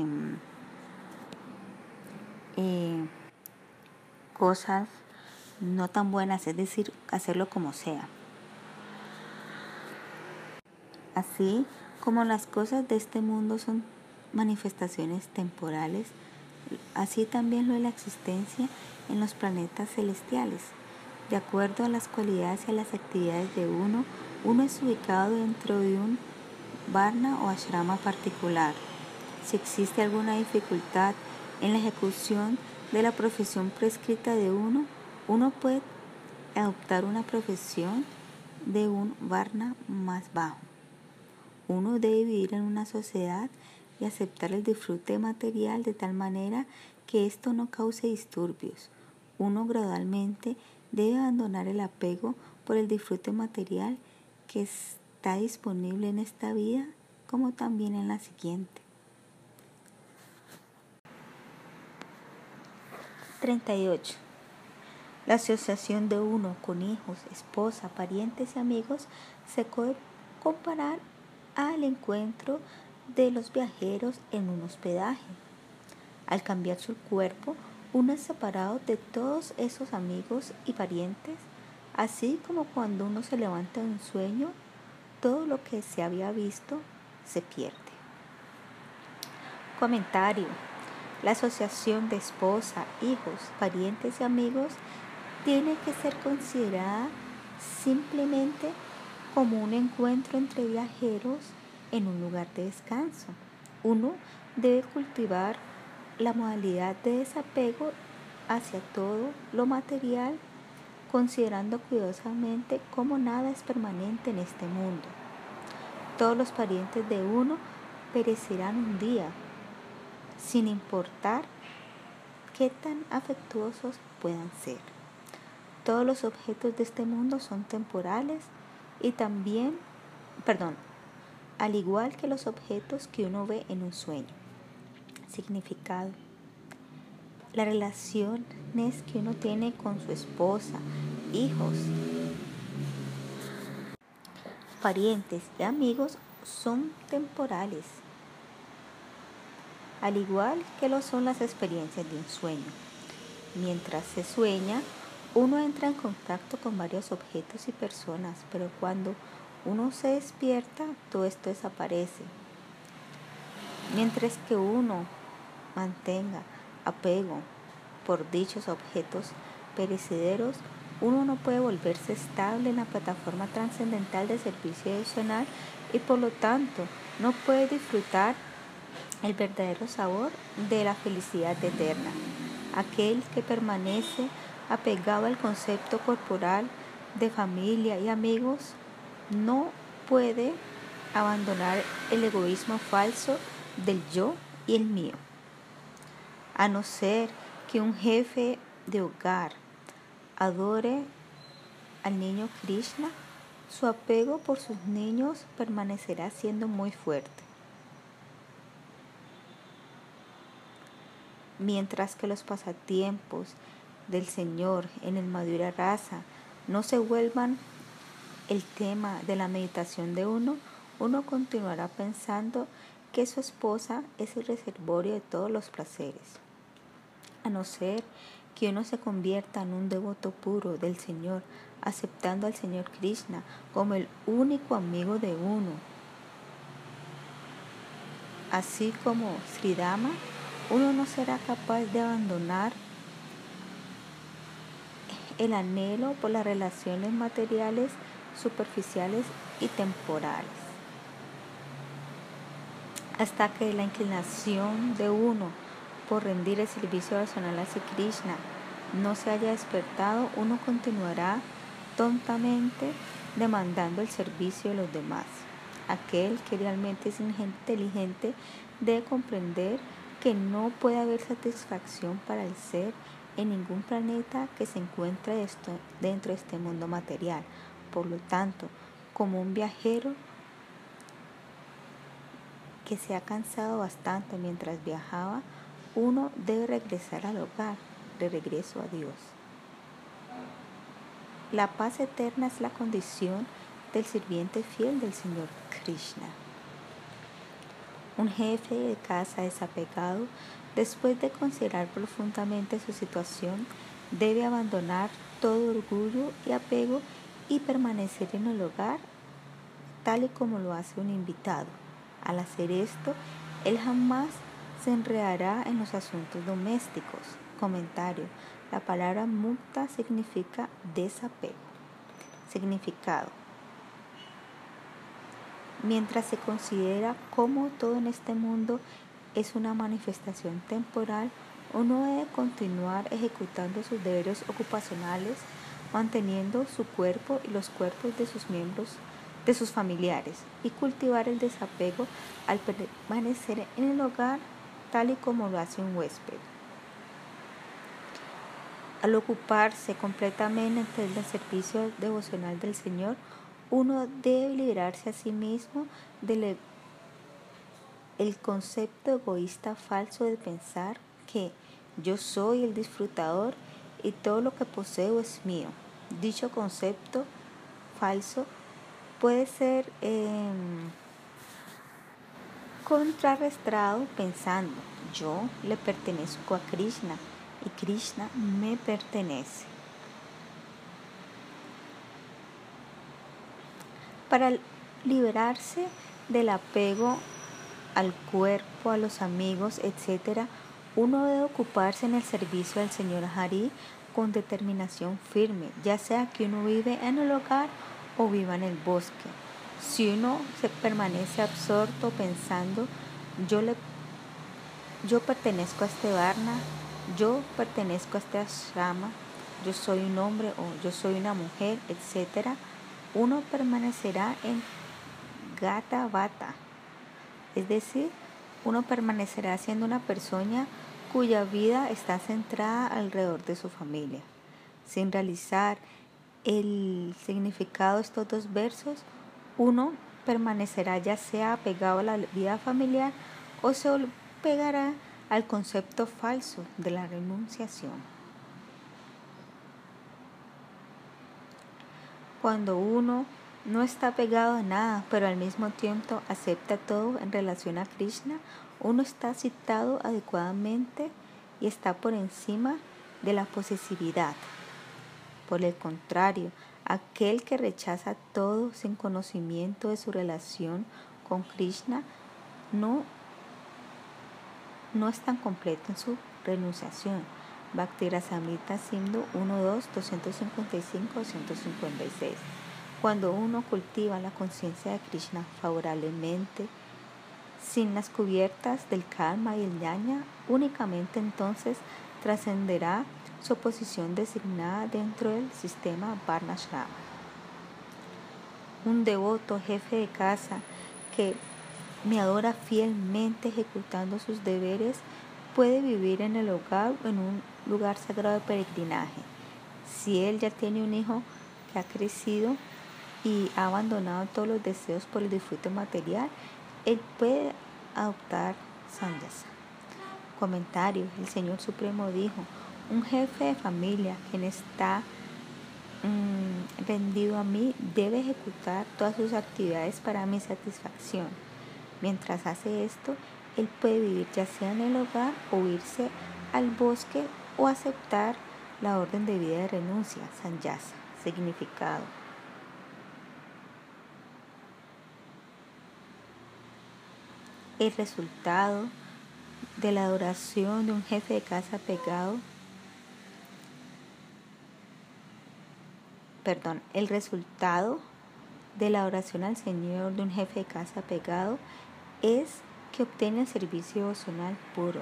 cosas no tan buenas, es decir, hacerlo como sea. Así como las cosas de este mundo son manifestaciones temporales, así también lo de la existencia en los planetas celestiales. De acuerdo a las cualidades y a las actividades de uno es ubicado dentro de un varna o ashrama particular. Si existe alguna dificultad en la ejecución de la profesión prescrita de uno puede adoptar una profesión de un varna más bajo. Uno debe vivir en una sociedad y aceptar el disfrute material de tal manera que esto no cause disturbios. Uno gradualmente debe abandonar el apego por el disfrute material que está disponible en esta vida como también en la siguiente. 38. La asociación de uno con hijos, esposa, parientes y amigos se puede comparar al encuentro de los viajeros en un hospedaje. Al cambiar su cuerpo, uno es separado de todos esos amigos y parientes, así como cuando uno se levanta de un sueño, todo lo que se había visto se pierde. Comentario. La asociación de esposa, hijos, parientes y amigos tiene que ser considerada simplemente como un encuentro entre viajeros en un lugar de descanso. Uno debe cultivar la modalidad de desapego hacia todo lo material, considerando cuidadosamente cómo nada es permanente en este mundo. Todos los parientes de uno perecerán un día, sin importar qué tan afectuosos puedan ser. Todos los objetos de este mundo son temporales y también, al igual que los objetos que uno ve en un sueño. Significado. Las relaciones que uno tiene con su esposa, hijos, parientes y amigos son temporales, al igual que lo son las experiencias de un sueño. Mientras se sueña, uno entra en contacto con varios objetos y personas, pero cuando uno se despierta, todo esto desaparece. Mientras que uno mantenga apego por dichos objetos perecederos, uno no puede volverse estable en la plataforma trascendental de servicio devocional y por lo tanto no puede disfrutar el verdadero sabor de la felicidad eterna. Aquel que permanece apegado al concepto corporal de familia y amigos no puede abandonar el egoísmo falso del yo y el mío. A no ser que un jefe de hogar adore al niño Krishna, su apego por sus niños permanecerá siendo muy fuerte. Mientras que los pasatiempos del Señor en el Madhurya Rasa no se vuelvan el tema de la meditación de uno continuará pensando que su esposa es el reservorio de todos los placeres. A no ser que uno se convierta en un devoto puro del Señor, aceptando al Señor Krishna como el único amigo de uno, así como Sridhama, uno no será capaz de abandonar el anhelo por las relaciones materiales, superficiales y temporales. Hasta que la inclinación de uno por rendir el servicio personal hacia Krishna no se haya despertado, uno continuará tontamente demandando el servicio de los demás. Aquel que realmente es inteligente debe comprender que no puede haber satisfacción para el ser en ningún planeta que se encuentre dentro de este mundo material. Por lo tanto, como un viajero que se ha cansado bastante mientras viajaba, uno debe regresar al hogar, de regreso a Dios. La paz eterna es la condición del sirviente fiel del Señor Krishna. Un jefe de casa desapegado, después de considerar profundamente su situación, debe abandonar todo orgullo y apego y permanecer en el hogar tal y como lo hace un invitado. Al hacer esto, él jamás se enredará en los asuntos domésticos. Comentario: la palabra mukta significa desapego. Significado: mientras se considera como todo en este mundo es una manifestación temporal, uno debe continuar ejecutando sus deberes ocupacionales, manteniendo su cuerpo y los cuerpos de sus miembros, de sus familiares, y cultivar el desapego al permanecer en el hogar tal y como lo hace un huésped. Al ocuparse completamente del servicio devocional del Señor, uno debe liberarse a sí mismo del concepto egoísta falso de pensar que yo soy el disfrutador y todo lo que poseo es mío. Dicho concepto falso puede ser contrarrestado pensando: yo le pertenezco a Krishna y Krishna me pertenece. Para liberarse del apego al cuerpo, a los amigos, etc., uno debe ocuparse en el servicio del Señor Hari con determinación firme, ya sea que uno vive en el hogar o viva en el bosque. Si uno se permanece absorto pensando yo pertenezco a este varna, yo pertenezco a este ashrama, yo soy un hombre o yo soy una mujer, etc., uno permanecerá en gata vata, es decir, uno permanecerá siendo una persona cuya vida está centrada alrededor de su familia. Sin realizar el significado de estos dos versos, uno permanecerá ya sea apegado a la vida familiar o se pegará al concepto falso de la renunciación. Cuando uno no está pegado a nada, pero al mismo tiempo acepta todo en relación a Krishna, uno está citado adecuadamente y está por encima de la posesividad. Por el contrario, aquel que rechaza todo sin conocimiento de su relación con Krishna no es tan completo en su renunciación. Bhakti Rasamrita Sindhu 1.2, 255-256. Cuando uno cultiva la conciencia de Krishna favorablemente, sin las cubiertas del karma y el ñaña, únicamente entonces trascenderá su posición designada dentro del sistema Varnashrama. Un devoto jefe de casa que me adora fielmente ejecutando sus deberes puede vivir en el hogar o en un lugar sagrado de peregrinaje. Si él ya tiene un hijo que ha crecido y ha abandonado todos los deseos por el disfrute material, él puede adoptar sannyasa. Comentario: el Señor Supremo dijo: un jefe de familia quien está rendido a mí debe ejecutar todas sus actividades para mi satisfacción. Mientras hace esto, él puede vivir ya sea en el hogar o irse al bosque o aceptar la orden de vida de renuncia, sannyasa. Significado: el resultado de la adoración de un jefe de casa el resultado de la oración al Señor de un jefe de casa apegado es que obtiene el servicio devocional puro.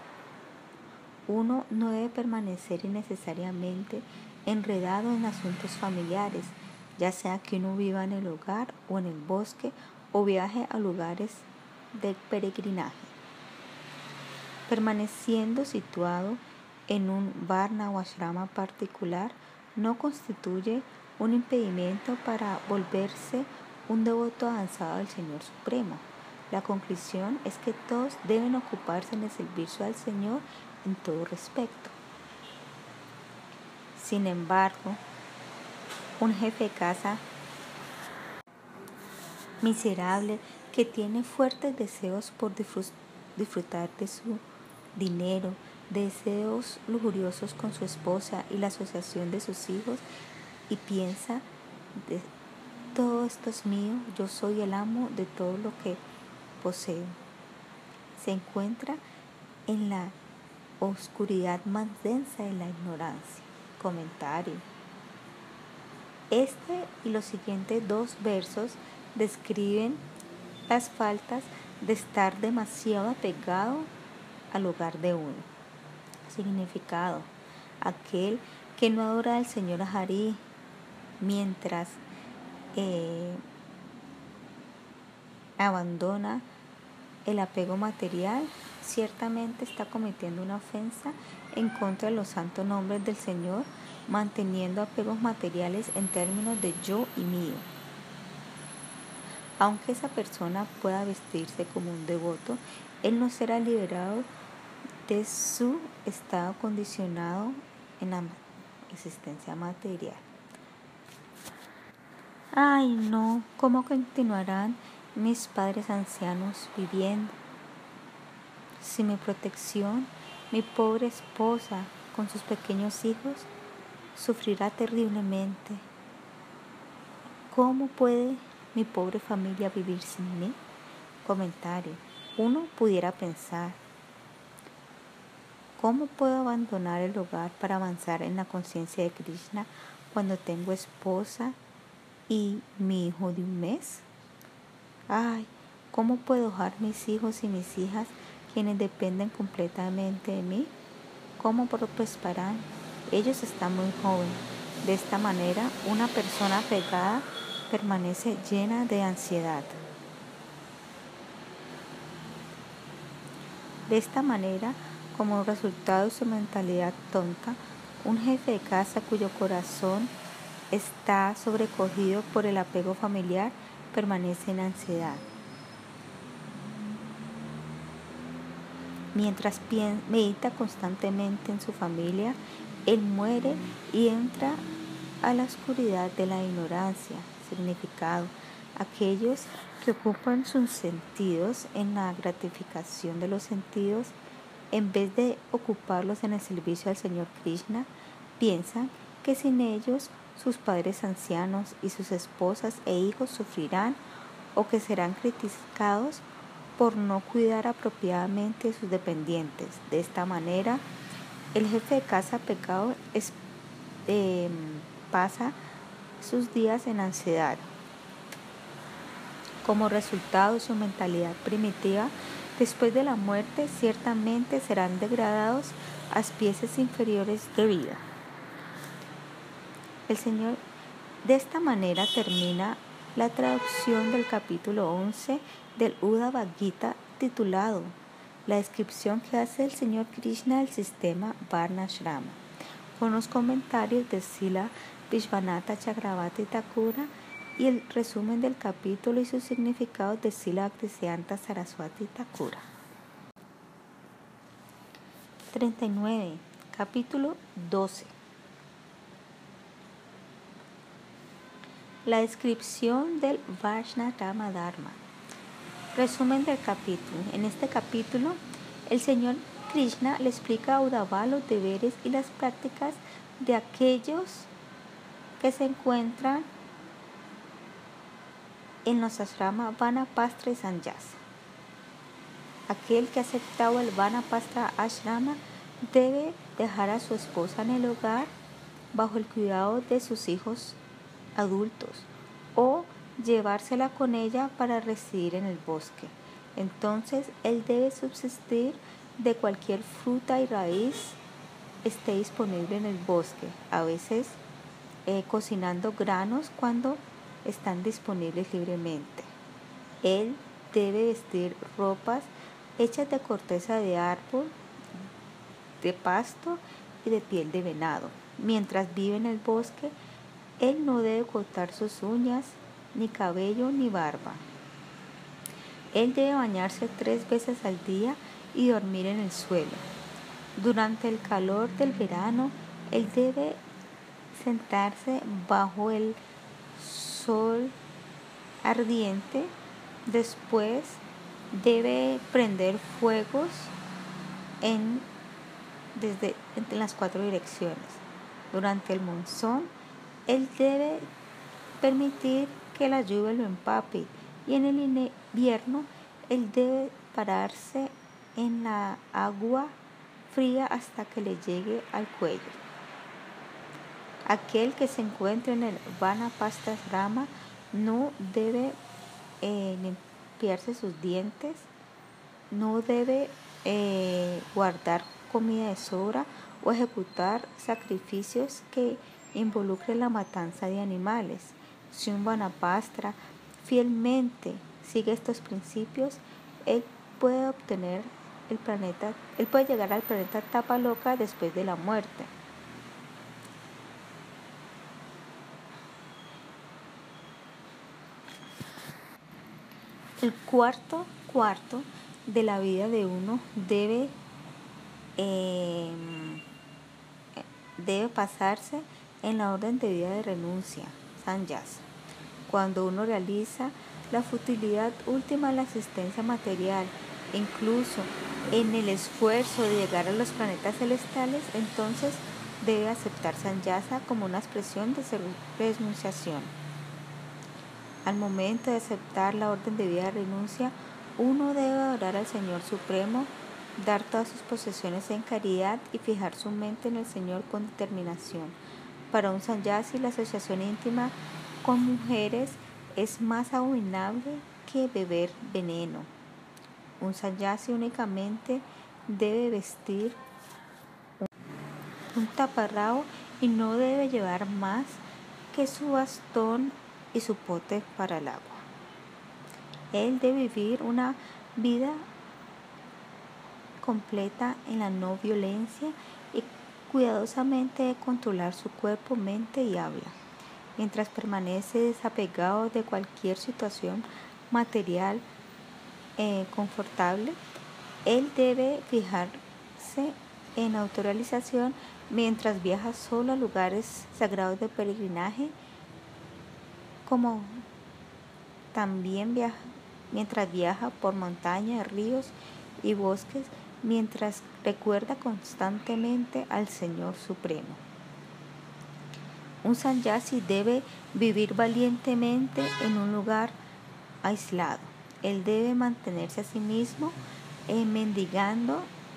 Uno no debe permanecer innecesariamente enredado en asuntos familiares, ya sea que uno viva en el hogar o en el bosque o viaje a lugares de peregrinaje. permaneciendo situado en un varna o ashrama particular, no constituye un impedimento para volverse un devoto avanzado del Señor Supremo. La conclusión es que todos deben ocuparse en el servicio al Señor en todo respecto. Sin embargo, un jefe de casa miserable que tiene fuertes deseos por disfrutar de su dinero, deseos lujuriosos con su esposa y la asociación de sus hijos, y piensa, de todo esto es mío, yo soy el amo de todo lo que poseo. Se encuentra en la oscuridad más densa de la ignorancia. Comentario. Este y los siguientes 2 versos describen las faltas de estar demasiado apegado al hogar de uno. Significado. Aquel que no adora al Señor Hari mientras abandona el apego material, ciertamente está cometiendo una ofensa en contra de los santos nombres del Señor, manteniendo apegos materiales en términos de yo y mío. Aunque esa persona pueda vestirse como un devoto, él no será liberado de su estado condicionado en la existencia material. Ay, no, ¿cómo continuarán mis padres ancianos viviendo? Sin mi protección, mi pobre esposa con sus pequeños hijos sufrirá terriblemente. ¿Cómo puede mi pobre familia vivir sin mí? Comentario. Uno pudiera pensar, ¿cómo puedo abandonar el hogar para avanzar en la conciencia de Krishna cuando tengo esposa y mi hijo de 1 mes? Ay, ¿cómo puedo dejar mis hijos y mis hijas, quienes dependen completamente de mí? ¿Cómo prosperarán? Ellos están muy jóvenes. De esta manera, una persona apegada permanece llena de ansiedad. De esta manera, como resultado de su mentalidad tonta, un jefe de casa cuyo corazón está sobrecogido por el apego familiar permanece en ansiedad. Mientras medita constantemente en su familia, él muere y entra a la oscuridad de la ignorancia. Significado. Aquellos que ocupan sus sentidos en la gratificación de los sentidos, en vez de ocuparlos en el servicio al Señor Krishna, piensan que sin ellos sus padres ancianos y sus esposas e hijos sufrirán o que serán criticados por no cuidar apropiadamente de sus dependientes. De esta manera, el jefe de casa pecado pasa sus días en ansiedad. Como resultado de su mentalidad primitiva, después de la muerte ciertamente serán degradados a especies inferiores de vida. El Señor de esta manera termina la traducción del capítulo 11 del Uddhava Bhagavad Gita titulado La descripción que hace el Señor Krishna del sistema Varnashrama, con los comentarios de Srila Vishwanatha Chakravarti Thakura y el resumen del capítulo y sus significados de Srila Bhaktisiddhanta Saraswati Thakura. 39. Capítulo 12. La descripción del Vaishnava Dharma. Resumen del capítulo. En este capítulo, el Señor Krishna le explica a Uddhava los deberes y las prácticas de aquellos que se encuentran en los ashramas Vanapastra y Sannyasa. Aquel que ha aceptado el Vanapastra ashrama debe dejar a su esposa en el hogar bajo el cuidado de sus hijos adultos o llevársela con ella para residir en el bosque. Entonces él debe subsistir de cualquier fruta y raíz esté disponible en el bosque, a veces cocinando granos cuando están disponibles libremente. Él debe vestir ropas hechas de corteza de árbol, de pasto y de piel de venado. Mientras vive en el bosque, él no debe cortar sus uñas, ni cabello, ni barba. Él debe bañarse 3 veces al día y dormir en el suelo. Durante el calor del verano, él debe sentarse bajo el sol ardiente. Después debe prender fuegos en las 4 direcciones. Durante el monzón, él debe permitir que la lluvia lo empape, y en el invierno él debe pararse en la agua fría hasta que le llegue al cuello. Aquel que se encuentre en el Vanapastasrama no debe limpiarse sus dientes, no debe guardar comida de sobra o ejecutar sacrificios que involucren la matanza de animales. Si un Vanapastra fielmente sigue estos principios, él puede llegar al planeta Tapaloka después de la muerte. El cuarto de la vida de uno debe pasarse en la orden de vida de renuncia, sannyasa. Cuando uno realiza la futilidad última de la existencia material, incluso en el esfuerzo de llegar a los planetas celestiales, entonces debe aceptar sannyasa como una expresión de renunciación. Al momento de aceptar la orden de vida de renuncia, uno debe adorar al Señor Supremo, dar todas sus posesiones en caridad y fijar su mente en el Señor con determinación. Para un sannyasi, la asociación íntima con mujeres es más abominable que beber veneno. Un sannyasi únicamente debe vestir un taparrabo y no debe llevar más que su bastón y su pote para el agua. Él debe vivir una vida completa en la no violencia y cuidadosamente de controlar su cuerpo, mente y habla. Mientras permanece desapegado de cualquier situación material confortable, él debe fijarse en autorrealización mientras viaja solo a lugares sagrados de peregrinaje, como también mientras viaja por montañas, ríos y bosques, mientras recuerda constantemente al Señor Supremo. Un sannyasi debe vivir valientemente en un lugar aislado. Él debe mantenerse a sí mismo mendigando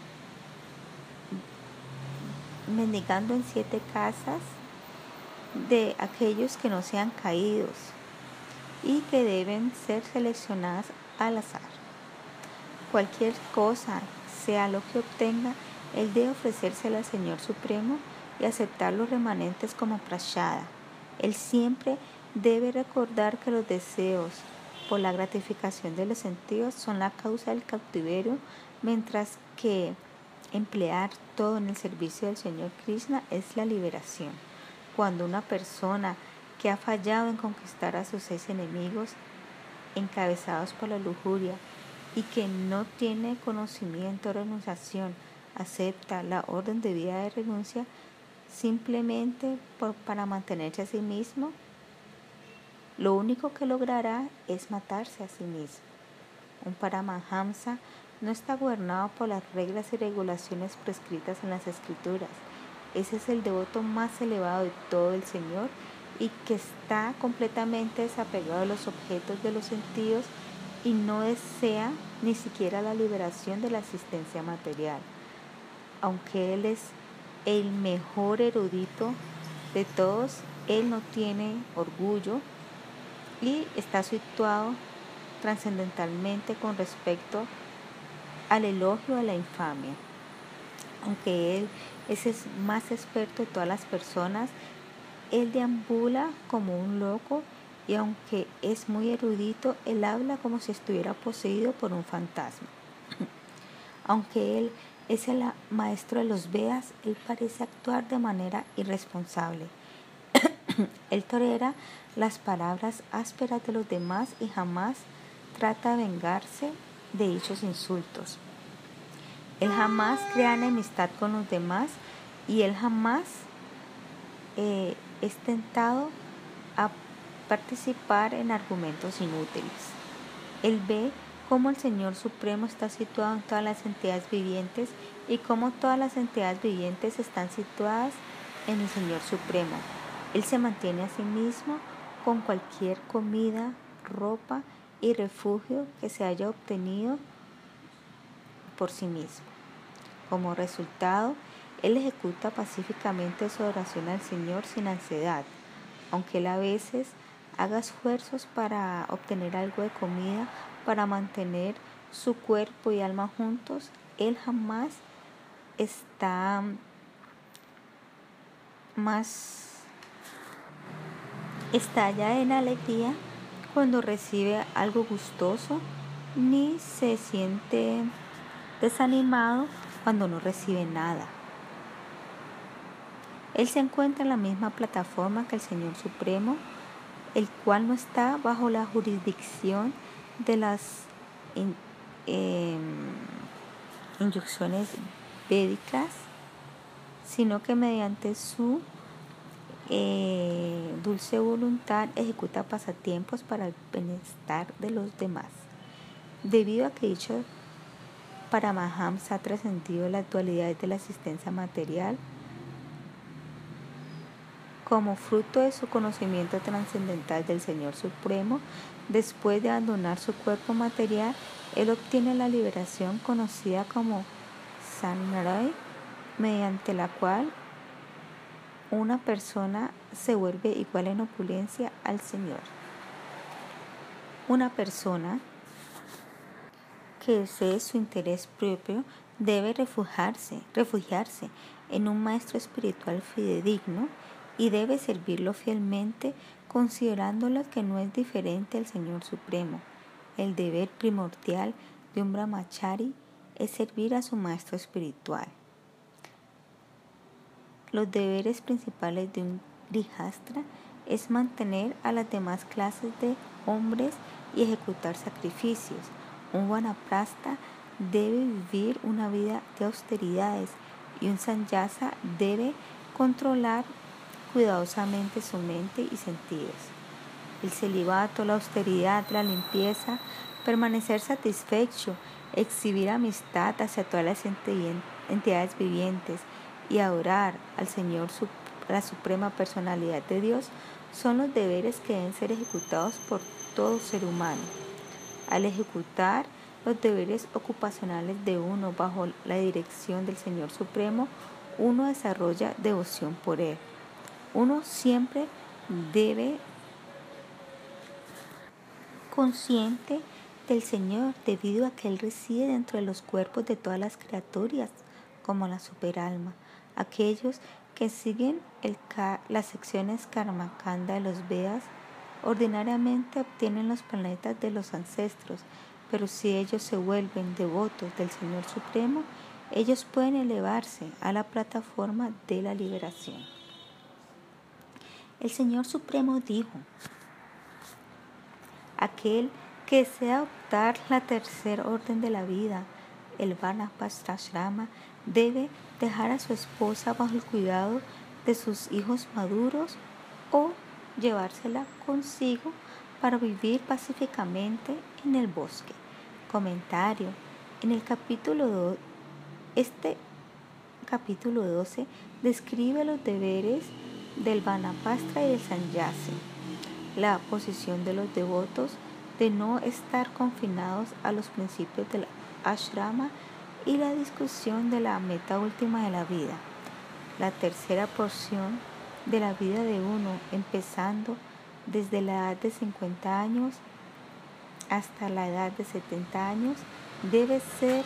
en 7 casas de aquellos que no sean caídos y que deben ser seleccionadas al azar. Cualquier cosa, sea lo que obtenga, él debe ofrecérsela al Señor Supremo y aceptar los remanentes como prashada. Él siempre debe recordar que los deseos por la gratificación de los sentidos son la causa del cautiverio, mientras que emplear todo en el servicio del Señor Krishna es la liberación. Cuando una persona que ha fallado en conquistar a sus 6 enemigos, encabezados por la lujuria, y que no tiene conocimiento o renunciación, acepta la orden de vida de renuncia simplemente para mantenerse a sí mismo, lo único que logrará es matarse a sí mismo. Un Paramahamsa no está gobernado por las reglas y regulaciones prescritas en las escrituras. Ese es el devoto más elevado de todo el Señor y que está completamente desapegado de los objetos de los sentidos y no desea ni siquiera la liberación de la existencia material. Aunque él es el mejor erudito de todos, él no tiene orgullo y está situado trascendentalmente con respecto al elogio a la infamia. Aunque él es el más experto de todas las personas, él deambula como un loco y aunque es muy erudito, él habla como si estuviera poseído por un fantasma. Aunque él es el maestro de los Vedas, él parece actuar de manera irresponsable. Él tolera las palabras ásperas de los demás y jamás trata de vengarse de dichos insultos. Él jamás crea enemistad con los demás y él jamás es tentado a participar en argumentos inútiles. Él ve cómo el Señor Supremo está situado en todas las entidades vivientes y cómo todas las entidades vivientes están situadas en el Señor Supremo. Él se mantiene a sí mismo con cualquier comida, ropa y refugio que se haya obtenido por sí mismo. Como resultado, él ejecuta pacíficamente su oración al Señor sin ansiedad, aunque él a veces haga esfuerzos para obtener algo de comida, para mantener su cuerpo y alma juntos. Él jamás está estalla en alegría cuando recibe algo gustoso, ni se siente desanimado cuando no recibe nada. Él se encuentra en la misma plataforma que el Señor Supremo, el cual no está bajo la jurisdicción de las inyecciones védicas, sino que mediante su dulce voluntad ejecuta pasatiempos para el bienestar de los demás. Debido a que dicho Paramahamsa ha trascendido las dualidades de la existencia material, como fruto de su conocimiento trascendental del Señor Supremo, después de abandonar su cuerpo material, él obtiene la liberación conocida como Samnaraya, mediante la cual una persona se vuelve igual en opulencia al Señor. Una persona que desee su interés propio debe refugiarse en un maestro espiritual fidedigno y debe servirlo fielmente, considerándolo que no es diferente al Señor Supremo. El deber primordial de un brahmachari es servir a su maestro espiritual. Los deberes principales de un grihastra es mantener a las demás clases de hombres y ejecutar sacrificios. Un vanaprastha debe vivir una vida de austeridades y un sannyasa debe controlar cuidadosamente su mente y sentidos. El celibato, la austeridad, la limpieza, permanecer satisfecho, exhibir amistad hacia todas las entidades vivientes y adorar al Señor, la suprema personalidad de Dios, son los deberes que deben ser ejecutados por todo ser humano. Al ejecutar los deberes ocupacionales de uno bajo la dirección del Señor Supremo, uno desarrolla devoción por Él. Uno siempre debe consciente del Señor, debido a que Él reside dentro de los cuerpos de todas las criaturas, como la superalma. Aquellos que siguen las secciones Karmakanda de los Vedas ordinariamente obtienen los planetas de los ancestros, pero si ellos se vuelven devotos del Señor Supremo, ellos pueden elevarse a la plataforma de la liberación. El Señor Supremo dijo: aquel que desea adoptar la tercera orden de la vida, el Vanaprastha-ashrama, debe dejar a su esposa bajo el cuidado de sus hijos maduros o llevársela consigo para vivir pacíficamente en el bosque. Comentario: en el capítulo 2, capítulo 12 describe los deberes del Vanaprastha y del Sannyasi, la posición de los devotos de no estar confinados a los principios del ashrama y la discusión de la meta última de la vida. La tercera porción de la vida de uno, empezando desde la edad de 50 años hasta la edad de 70 años, debe ser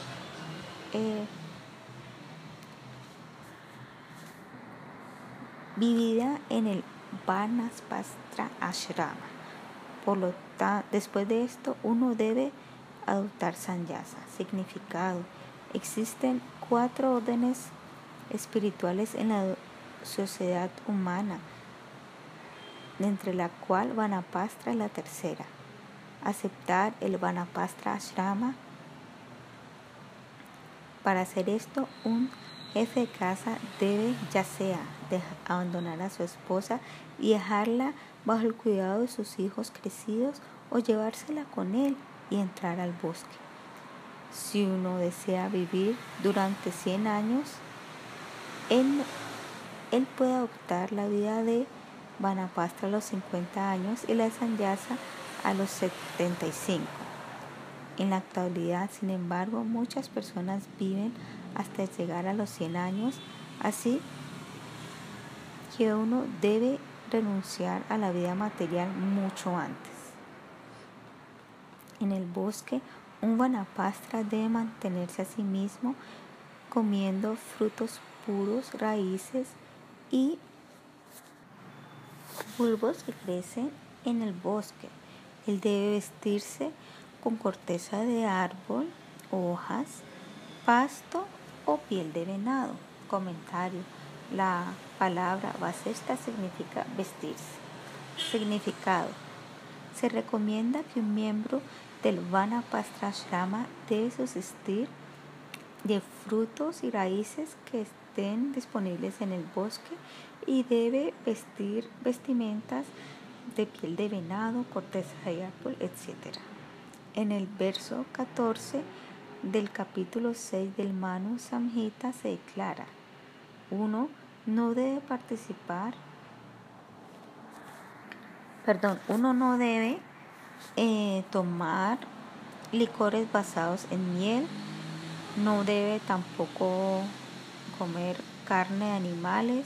vivida en el Vanaprastha ashrama. Por lo tanto, después de esto, uno debe adoptar sannyasa. Significado: Existen 4 órdenes espirituales en la sociedad humana, entre la cual Vanapastra es la tercera. Aceptar el Vanapastra Ashrama. Para hacer esto, un jefe de casa debe ya sea abandonar a su esposa y dejarla bajo el cuidado de sus hijos crecidos o llevársela con él y entrar al bosque. Si uno desea vivir durante 100 años, él puede adoptar la vida de Vanapastra a los 50 años y la de Sannyasa a los 75. En la actualidad, sin embargo, muchas personas viven hasta llegar a los 100 años, así que uno debe renunciar a la vida material mucho antes. En el bosque, un Vanapastra debe mantenerse a sí mismo comiendo frutos puros, raíces y bulbos que crecen en el bosque. Él debe vestirse con corteza de árbol, hojas, pasto o piel de venado. Comentario: la palabra vasesta significa vestirse. Significado: se recomienda que un miembro del Vanapastra Ashrama debe subsistir de frutos y raíces que estén disponibles en el bosque y debe vestir vestimentas de piel de venado, corteza de árbol, etc. En el verso 14 del capítulo 6 del Manu Samhita se declara: uno no debe tomar licores basados en miel, no debe tampoco comer carne de animales,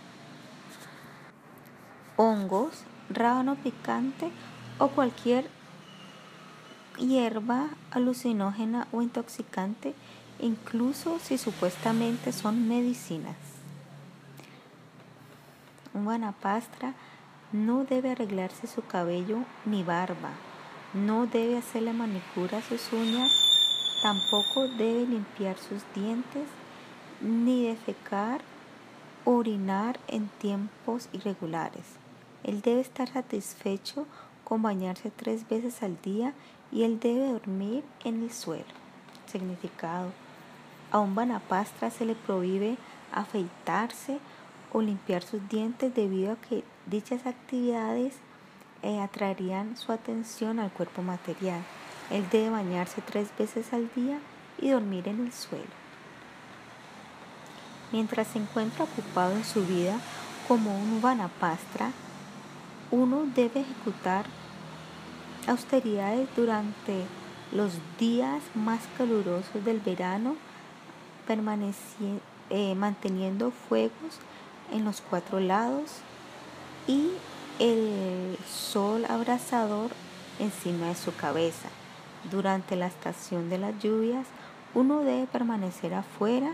hongos, rábano picante o cualquier hierba alucinógena o intoxicante, incluso si supuestamente son medicinas. Un Vanapastra no debe arreglarse su cabello ni barba, no debe hacerle manicura a sus uñas, tampoco debe limpiar sus dientes, ni defecar o orinar en tiempos irregulares. Él debe estar satisfecho con bañarse 3 veces al día y él debe dormir en el suelo. Significado: a un Vanapastra se le prohíbe afeitarse o limpiar sus dientes debido a que dichas actividades atraerían su atención al cuerpo material. Él debe bañarse 3 veces al día y dormir en el suelo. Mientras se encuentra ocupado en su vida como un Vanapastra, uno debe ejecutar austeridades durante los días más calurosos del verano, manteniendo fuegos en los 4 lados y el sol abrasador encima de su cabeza. Durante la estación de las lluvias, uno debe permanecer afuera,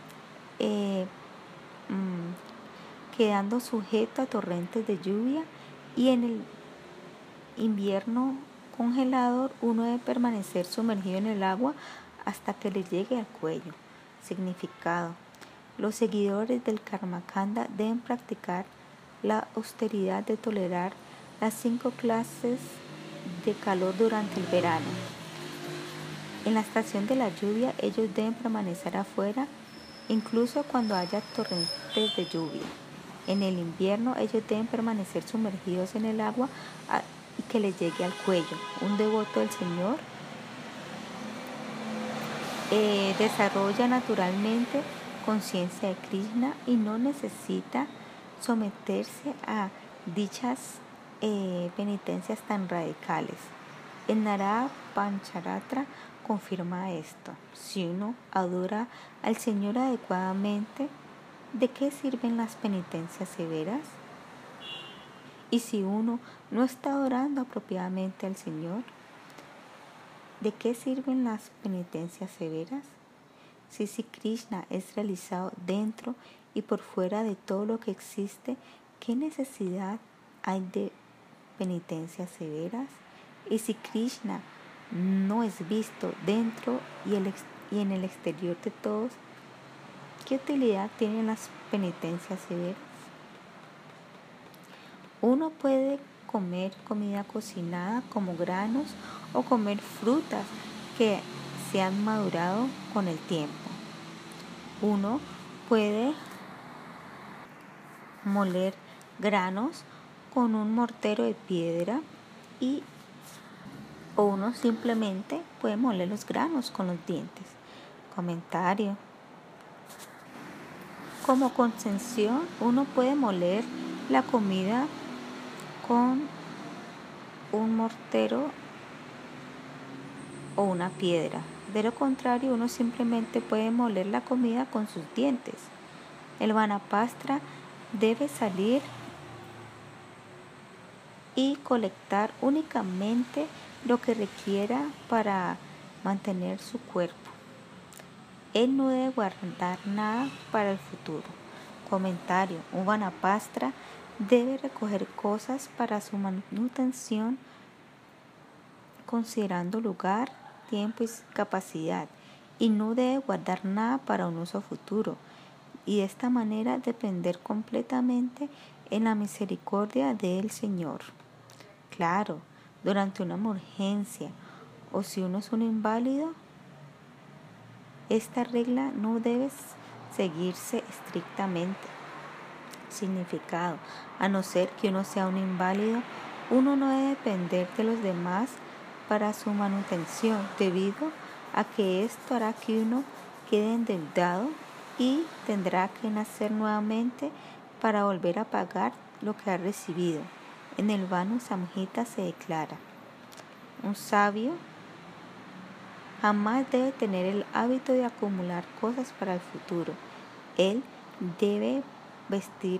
quedando sujeto a torrentes de lluvia, y en el invierno congelador uno debe permanecer sumergido en el agua hasta que le llegue al cuello. Significado: los seguidores del Karmakanda deben practicar la austeridad de tolerar las 5 clases de calor durante el verano. En la estación de la lluvia ellos deben permanecer afuera incluso cuando haya torrentes de lluvia. En el invierno ellos deben permanecer sumergidos en el agua y que les llegue al cuello. Un devoto del Señor desarrolla naturalmente conciencia de Krishna y no necesita someterse a dichas penitencias tan radicales. El Narada Pancharatra confirma esto: si uno adora al Señor adecuadamente, ¿de qué sirven las penitencias severas? Y si uno no está adorando apropiadamente al Señor, ¿de qué sirven las penitencias severas? Si Krishna es realizado dentro y por fuera de todo lo que existe, ¿qué necesidad hay de penitencias severas? Y si Krishna no es visto dentro y en el exterior de todos, ¿qué utilidad tienen las penitencias severas? Uno puede comer comida cocinada como granos o comer frutas que se han madurado con el tiempo. Uno puede moler granos con un mortero de piedra o uno simplemente puede moler los granos con los dientes. Comentario. Como concesión, uno puede moler la comida con un mortero o una piedra. De lo contrario, uno simplemente puede moler la comida con sus dientes. El Vanapastra debe salir y colectar únicamente lo que requiera para mantener su cuerpo. Él no debe guardar nada para el futuro. Comentario. Un Vanapastra debe recoger cosas para su manutención considerando lugar, tiempo y capacidad, y no debe guardar nada para un uso futuro, y de esta manera depender completamente en la misericordia del Señor. Claro, durante una emergencia o si uno es un inválido, esta regla no debe seguirse estrictamente. Significado: a no ser que uno sea un inválido, uno no debe depender de los demás para su manutención, debido a que esto hará que uno quede endeudado y tendrá que nacer nuevamente para volver a pagar lo que ha recibido. En el Vanu Samhita se declara: un sabio jamás debe tener el hábito de acumular cosas para el futuro. Él debe vestir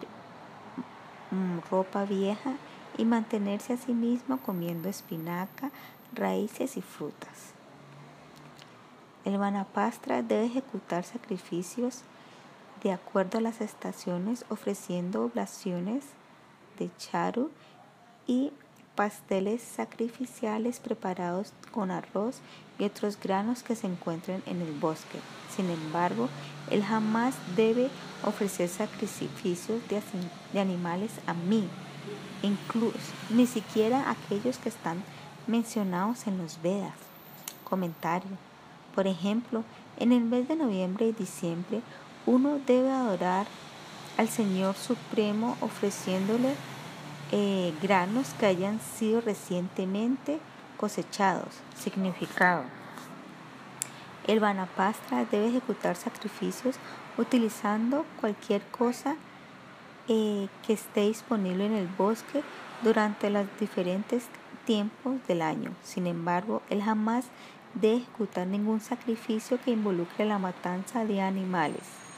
ropa vieja y mantenerse a sí mismo comiendo espinaca, raíces y frutas. El Vanapastra debe ejecutar sacrificios de acuerdo a las estaciones, ofreciendo oblaciones de charu y pasteles sacrificiales preparados con arroz y otros granos que se encuentren en el bosque. Sin embargo, él jamás debe ofrecer sacrificios de animales a mí, incluso ni siquiera aquellos que están mencionados en los Vedas. Comentario. Por ejemplo, en el mes de noviembre y diciembre, uno debe adorar al Señor Supremo ofreciéndole granos que hayan sido recientemente cosechados. Significado: el Vanapastra debe ejecutar sacrificios utilizando cualquier cosa que esté disponible en el bosque durante los diferentes tiempos del año. Sin embargo, él jamás debe ejecutar ningún sacrificio que involucre la matanza de animales.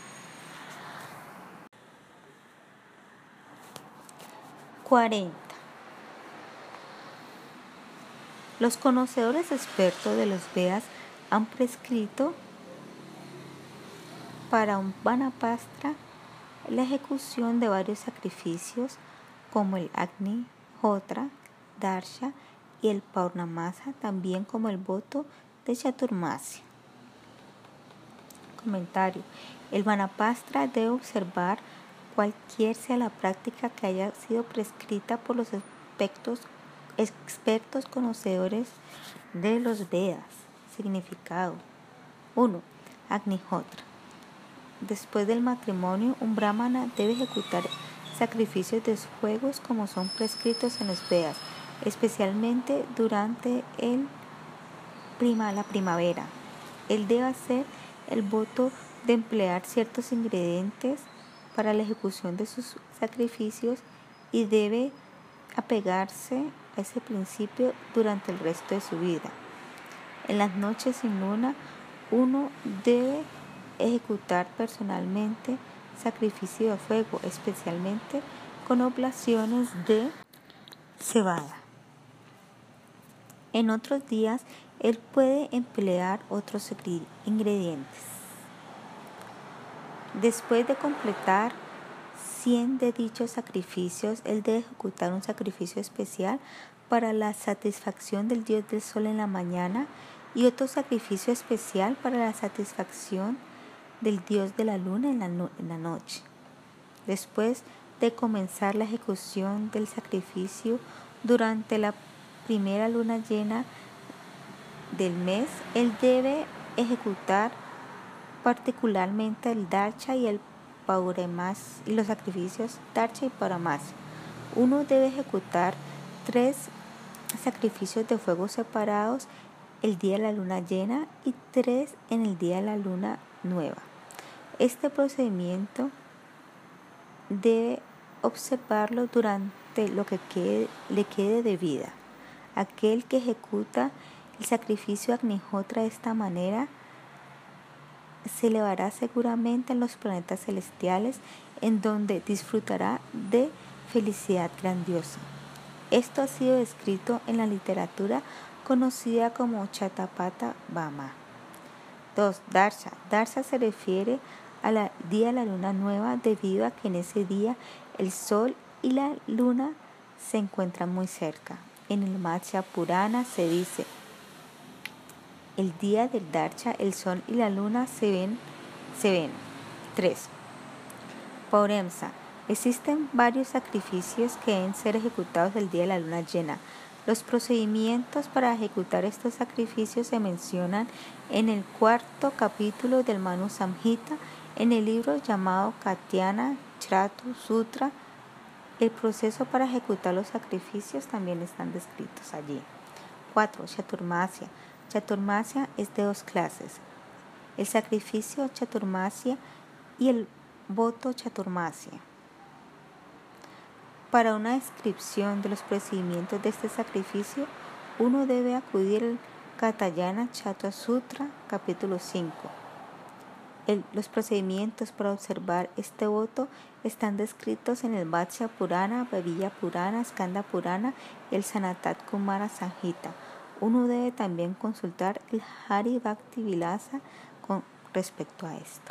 40. Los conocedores expertos de los Vedas han prescrito para un Vanapastra la ejecución de varios sacrificios como el Agni Hotra, Darsha y el Paurnamasa, también como el voto de Chaturmasya. Comentario. El Vanapastra debe observar cualquier sea la práctica que haya sido prescrita por los expertos conocedores de los Vedas. Significado: 1. Agnihotra. Después del matrimonio, un brahmana debe ejecutar sacrificios de fuegos como son prescritos en los Vedas, especialmente durante la primavera. Él debe hacer el voto de emplear ciertos ingredientes para la ejecución de sus sacrificios y debe apegarse a ese principio durante el resto de su vida. En las noches sin luna, uno debe ejecutar personalmente sacrificio de fuego, especialmente con oblaciones de cebada. En otros días, él puede emplear otros ingredientes. Después de completar 100 de dichos sacrificios, él debe ejecutar un sacrificio especial para la satisfacción del dios del sol en la mañana y otro sacrificio especial para la satisfacción del dios de la luna en la noche. Después de comenzar la ejecución del sacrificio durante la primera luna llena del mes, él debe ejecutar particularmente el darsha y el pauramas y los sacrificios darsha y pauramas. Uno debe ejecutar 3 sacrificios de fuego separados el día de la luna llena y 3 en el día de la luna nueva. Este procedimiento debe observarlo durante lo que le quede de vida. Aquel que ejecuta el sacrificio Agnihotra de esta manera se elevará seguramente en los planetas celestiales, en donde disfrutará de felicidad grandiosa. Esto ha sido descrito en la literatura conocida como Chatapata Bhama. 2. Darsha. Darsha se refiere al día de la luna nueva debido a que en ese día el sol y la luna se encuentran muy cerca. En el Matsya Purana se dice: el día del Darsha, el sol y la luna se ven. 3. Pauremsa. Existen varios sacrificios que deben ser ejecutados el día de la luna llena. Los procedimientos para ejecutar estos sacrificios se mencionan en el 4º capítulo del Manu Samhita, en el libro llamado Katyayana Chatu Sutra. El proceso para ejecutar los sacrificios también están descritos allí. 4. Chaturmasya. Chaturmasya es de 2 clases: el sacrificio Chaturmasya y el voto Chaturmasya. Para una descripción de los procedimientos de este sacrificio, uno debe acudir al Katyayana Chatu Sutra, capítulo 5. Los procedimientos para observar este voto están descritos en el Vatsya Purana, Bhavya Purana, Skanda Purana y el Sanatana Kumara Samhita. Uno debe también consultar el Hari Bhakti Vilasa con respecto a esto.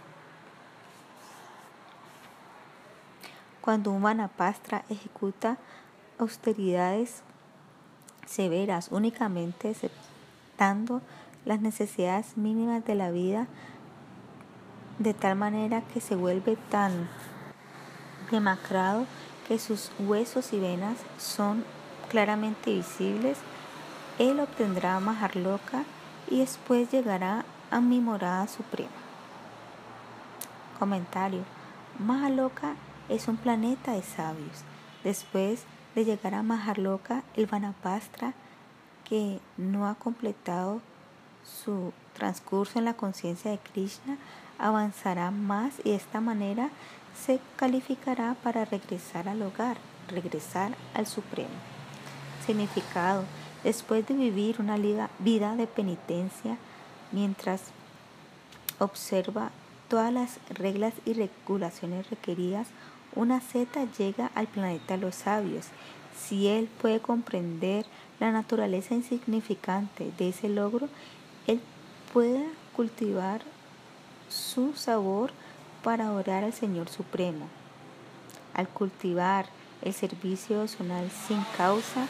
Cuando un Vanapastra ejecuta austeridades severas únicamente aceptando las necesidades mínimas de la vida, de tal manera que se vuelve tan demacrado que sus huesos y venas son claramente visibles, él obtendrá Maharloka y después llegará a mi morada suprema. Comentario: Maharloka es un planeta de sabios. Después de llegar a Maharloka, el Vanapastra que no ha completado su transcurso en la conciencia de Krishna avanzará más y de esta manera se calificará para regresar al hogar, regresar al Supremo. Significado: después de vivir una vida de penitencia, mientras observa todas las reglas y regulaciones requeridas, una asceta llega al planeta de los sabios. Si él puede comprender la naturaleza insignificante de ese logro, él puede cultivar su sabor para orar al Señor Supremo. Al cultivar el servicio devocional sin causa,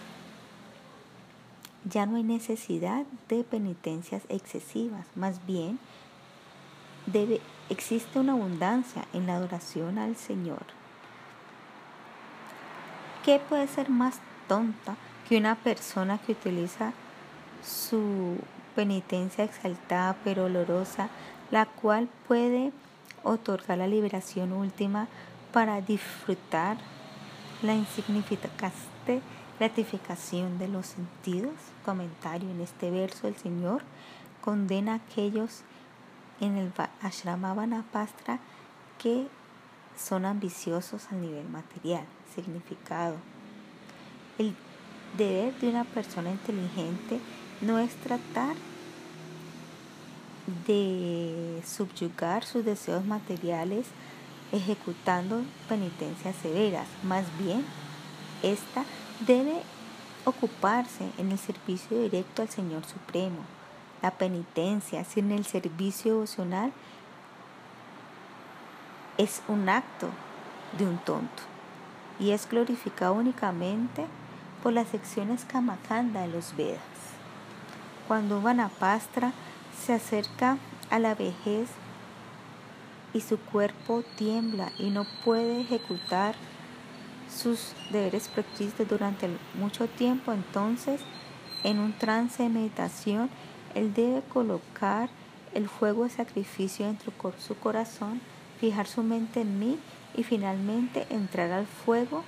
ya no hay necesidad de penitencias excesivas, más bien existe una abundancia en la adoración al Señor. ¿Qué puede ser más tonta que una persona que utiliza su penitencia exaltada pero olorosa, la cual puede otorgar la liberación última, para disfrutar la insignificante gratificación de los sentidos? Comentario: en este verso el Señor condena a aquellos en el ashrama Vanapastra que son ambiciosos al nivel material. Significado: el deber de una persona inteligente no es tratar de subyugar sus deseos materiales ejecutando penitencias severas. Más bien, esta debe ocuparse en el servicio directo al Señor Supremo. La penitencia sin el servicio devocional es un acto de un tonto y es glorificado únicamente por las secciones Kamakanda de los Vedas. Cuando un Vanapastra se acerca a la vejez y su cuerpo tiembla y no puede ejecutar sus deberes practicados durante mucho tiempo, entonces, en un trance de meditación, él debe colocar el fuego de sacrificio dentro de su corazón, fijar su mente en mí y finalmente entrar al fuego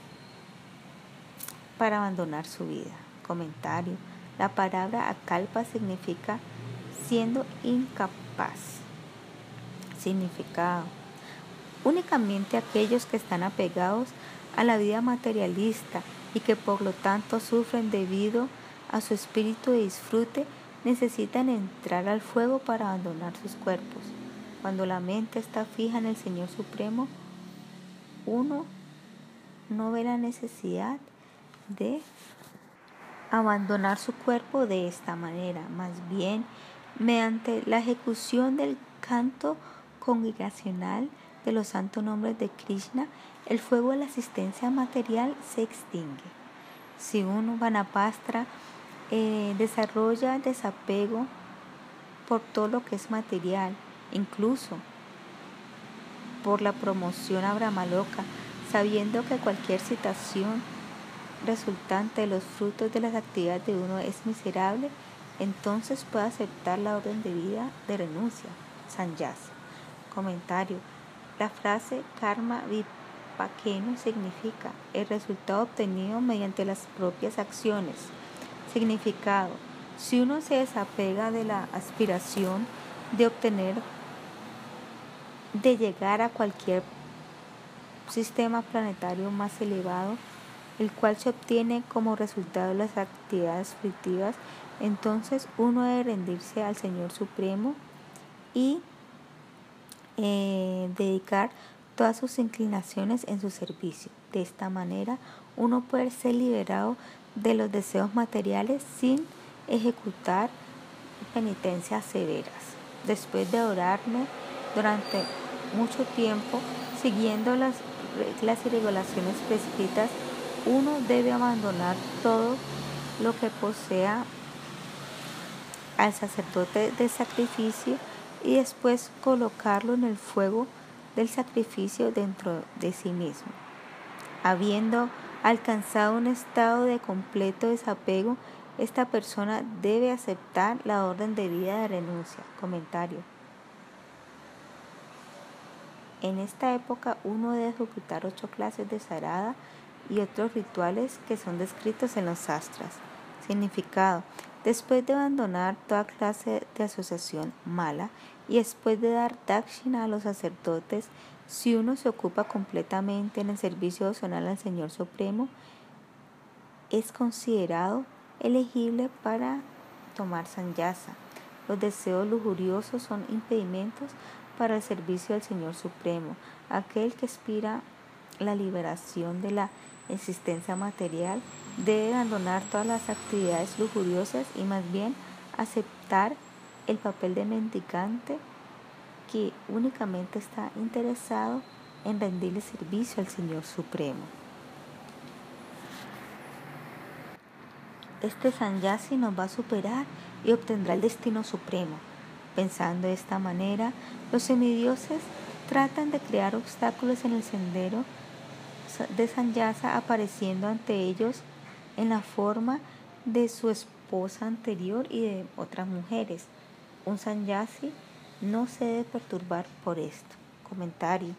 para abandonar su vida. Comentario. La palabra akalpa significa siendo incapaz. Significado. Únicamente aquellos que están apegados a la vida materialista y que por lo tanto sufren debido a su espíritu de disfrute necesitan entrar al fuego para abandonar sus cuerpos. Cuando la mente está fija en el Señor Supremo, uno no ve la necesidad de abandonar su cuerpo de esta manera, más bien mediante la ejecución del canto congregacional de los santos nombres de Krishna, el fuego de la existencia material se extingue. Si uno Vanapastra desarrolla desapego por todo lo que es material, incluso por la promoción a Brahmaloka, sabiendo que cualquier situación resultante de los frutos de las actividades de uno es miserable, entonces puede aceptar la orden de vida de renuncia, sannyasa. Comentario. La frase karma vipakeno significa el resultado obtenido mediante las propias acciones. Significado. Si uno se desapega de la aspiración de llegar a cualquier sistema planetario más elevado, el cual se obtiene como resultado de las actividades fructíferas, entonces uno debe rendirse al Señor Supremo y dedicar todas sus inclinaciones en su servicio. De esta manera, uno puede ser liberado de los deseos materiales sin ejecutar penitencias severas. Después de adorarme durante mucho tiempo, siguiendo las reglas y regulaciones prescritas, uno debe abandonar todo lo que posea al sacerdote de sacrificio y después colocarlo en el fuego del sacrificio dentro de sí mismo. Habiendo alcanzado un estado de completo desapego, esta persona debe aceptar la orden de vida de renuncia. Comentario. En esta época uno debe ejecutar 8 clases de sarada y otros rituales que son descritos en los astras. Significado. Después de abandonar toda clase de asociación mala y después de dar dakshina a los sacerdotes, si uno se ocupa completamente en el servicio devocional al Señor Supremo, es considerado elegible para tomar sannyasa. Los deseos lujuriosos son impedimentos para el servicio del Señor Supremo. Aquel que aspira la liberación de la existencia material debe abandonar todas las actividades lujuriosas y más bien aceptar el papel de mendicante que únicamente está interesado en rendirle servicio al Señor Supremo. Este sannyasi nos va a superar y obtendrá el destino supremo. Pensando de esta manera, los semidioses tratan de crear obstáculos en el sendero de sannyasa, apareciendo ante ellos en la forma de su esposa anterior y de otras mujeres. Un sannyasi no se debe perturbar por esto. Comentario.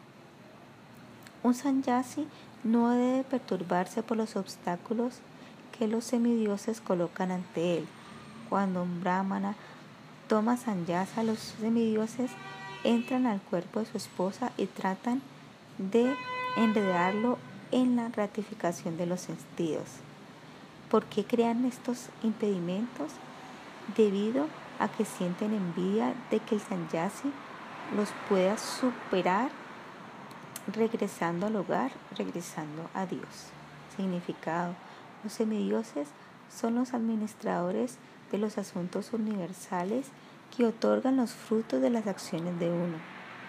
Un sannyasi no debe perturbarse por los obstáculos que los semidioses colocan ante él. Cuando un brahmana toma sannyasa, los semidioses entran al cuerpo de su esposa y tratan de enredarlo en la gratificación de los sentidos. ¿Por qué crean estos impedimentos? Debido a que sienten envidia de que el sannyasi los pueda superar regresando al hogar, regresando a Dios. Significado. Los semidioses son los administradores de los asuntos universales que otorgan los frutos de las acciones de uno.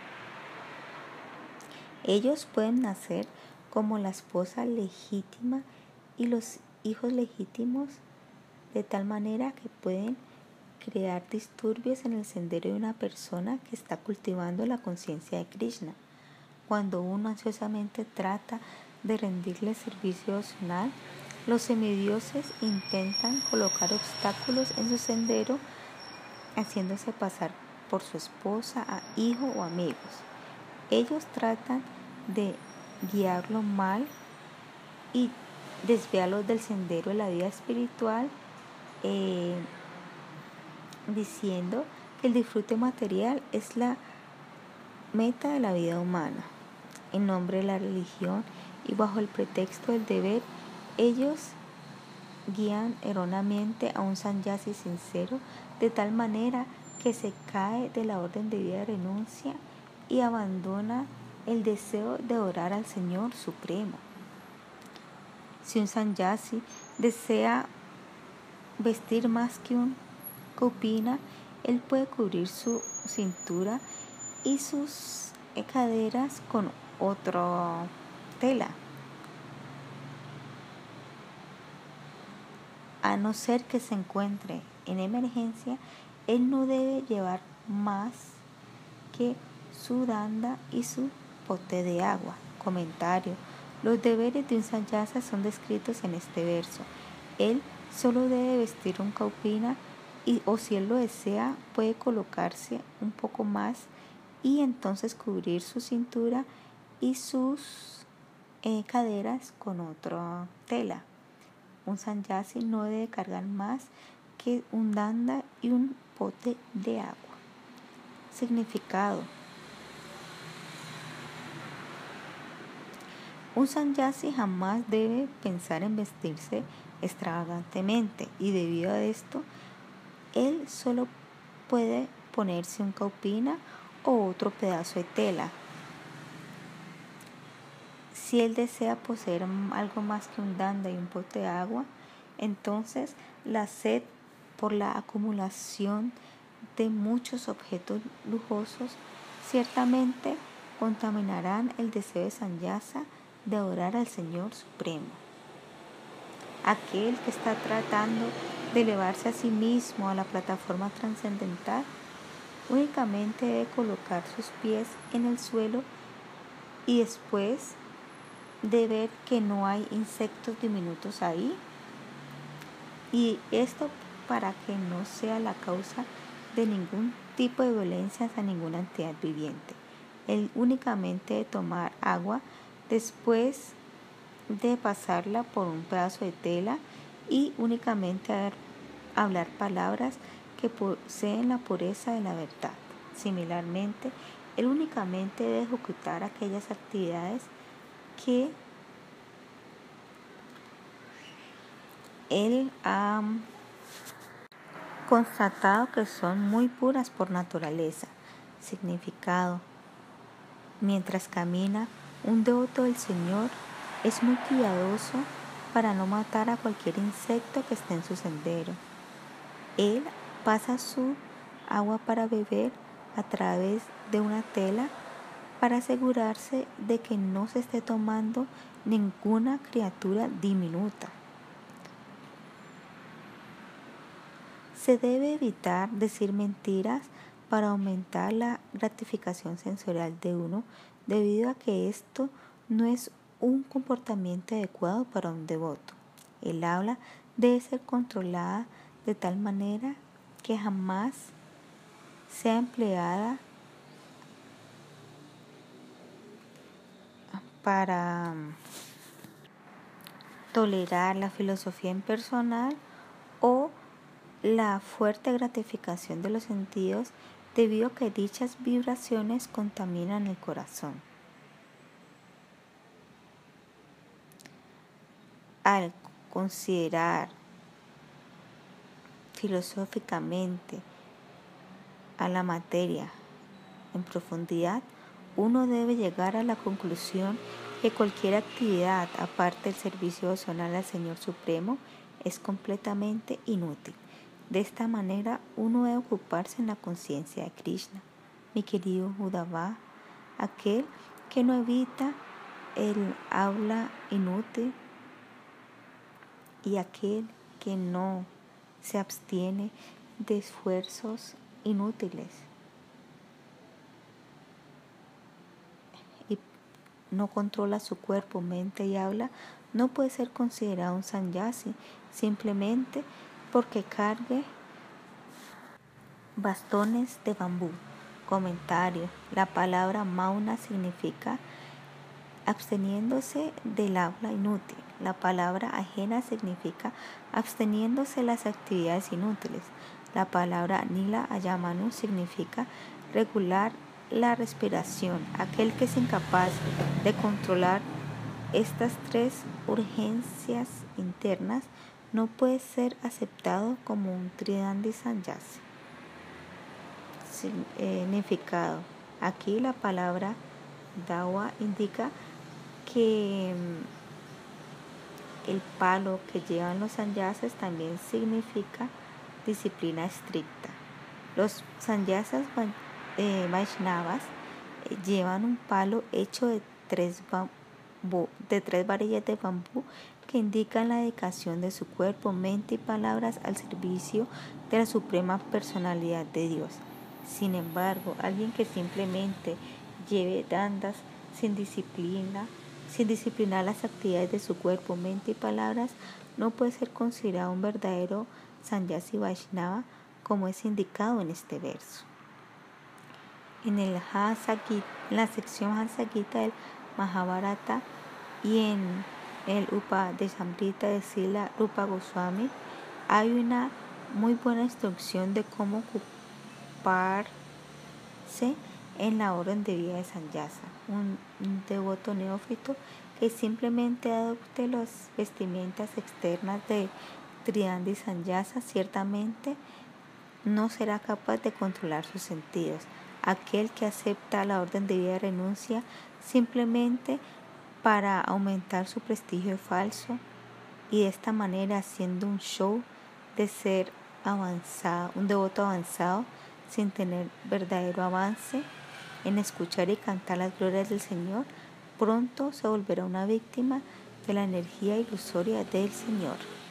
Ellos pueden nacer como la esposa legítima y los hijos legítimos de tal manera que pueden crear disturbios en el sendero de una persona que está cultivando la conciencia de Krishna. Cuando uno ansiosamente trata de rendirle servicio devocional, los semidioses intentan colocar obstáculos en su sendero, haciéndose pasar por su esposa, hijo o amigos. Ellos tratan de guiarlo mal y desviarlo del sendero de la vida espiritual, diciendo que el disfrute material es la meta de la vida humana. En nombre de la religión y bajo el pretexto del deber, ellos guían erróneamente a un sanyasi sincero de tal manera que se cae de la orden de vida de renuncia y abandona el deseo de orar al Señor Supremo. Si un sanyasi desea vestir más que un kaupina, él puede cubrir su cintura y sus caderas con otra tela, a no ser que se encuentre en emergencia. Él no debe llevar más que su danda y su pote de agua. Comentario: los deberes de un sanyasa son descritos en este verso. Él solo debe vestir un kaupina o si él lo desea puede colocarse un poco más y entonces cubrir su cintura y sus caderas con otra tela. Un sanyasi no debe cargar más que un danda y un pote de agua. Significado: un sanyasi jamás debe pensar en vestirse extravagantemente y debido a esto, él solo puede ponerse un kaupina o otro pedazo de tela. Si él desea poseer algo más que un danda y un pote de agua, entonces la sed por la acumulación de muchos objetos lujosos ciertamente contaminarán el deseo de sanyasa de adorar al Señor Supremo. Aquel que está tratando de elevarse a sí mismo a la plataforma trascendental únicamente debe colocar sus pies en el suelo y después de ver que no hay insectos diminutos ahí, y esto para que no sea la causa de ningún tipo de violencia hacia ninguna entidad viviente. Él únicamente debe tomar agua después de pasarla por un pedazo de tela y únicamente hablar palabras que poseen la pureza de la verdad. Similarmente, él únicamente debe ejecutar aquellas actividades que él ha constatado que son muy puras por naturaleza. Significado: mientras camina, un devoto del Señor es muy cuidadoso para no matar a cualquier insecto que esté en su sendero. Él pasa su agua para beber a través de una tela para asegurarse de que no se esté tomando ninguna criatura diminuta. Se debe evitar decir mentiras para aumentar la gratificación sensorial de uno, debido a que esto no es un comportamiento adecuado para un devoto. El habla debe ser controlada de tal manera que jamás sea empleada para tolerar la filosofía impersonal o la fuerte gratificación de los sentidos, debido a que dichas vibraciones contaminan el corazón. Al considerar filosóficamente a la materia en profundidad, uno debe llegar a la conclusión que cualquier actividad aparte del servicio devocional al Señor Supremo es completamente inútil. De esta manera, uno debe ocuparse en la conciencia de Krishna. Mi querido Uddhava, aquel que no evita el habla inútil y aquel que no se abstiene de esfuerzos inútiles y no controla su cuerpo, mente y habla, no puede ser considerado un sannyasi simplemente porque cargue bastones de bambú. Comentario: la palabra mauna significa absteniéndose del habla inútil. La palabra ajena significa absteniéndose de las actividades inútiles. La palabra nila ayamanu significa regular la respiración. Aquel que es incapaz de controlar estas tres urgencias internas no puede ser aceptado como un Tridandi Sannyasi. Significado: aquí la palabra dawa indica que el palo que llevan los sannyasis también significa disciplina estricta. Los sannyasas Vaishnavas llevan un palo hecho de tres varillas de bambú que indican la dedicación de su cuerpo, mente y palabras al servicio de la suprema personalidad de Dios. Sin embargo, alguien que simplemente lleve dandas sin disciplinar las actividades de su cuerpo, mente y palabras, no puede ser considerado un verdadero sannyasi Vaishnava, como es indicado en este verso. En la sección Hansagita del Mahabharata y en el Upadeshamrita de Srila Rupa Goswami hay una muy buena instrucción de cómo ocuparse en la orden de vida de sannyasa. Un devoto neófito que simplemente adopte las vestimentas externas de Tridandi Sannyasa ciertamente no será capaz de controlar sus sentidos. Aquel que acepta la orden de vida renuncia simplemente para aumentar su prestigio falso y de esta manera haciendo un show de ser avanzado, un devoto avanzado sin tener verdadero avance en escuchar y cantar las glorias del Señor, pronto se volverá una víctima de la energía ilusoria del Señor.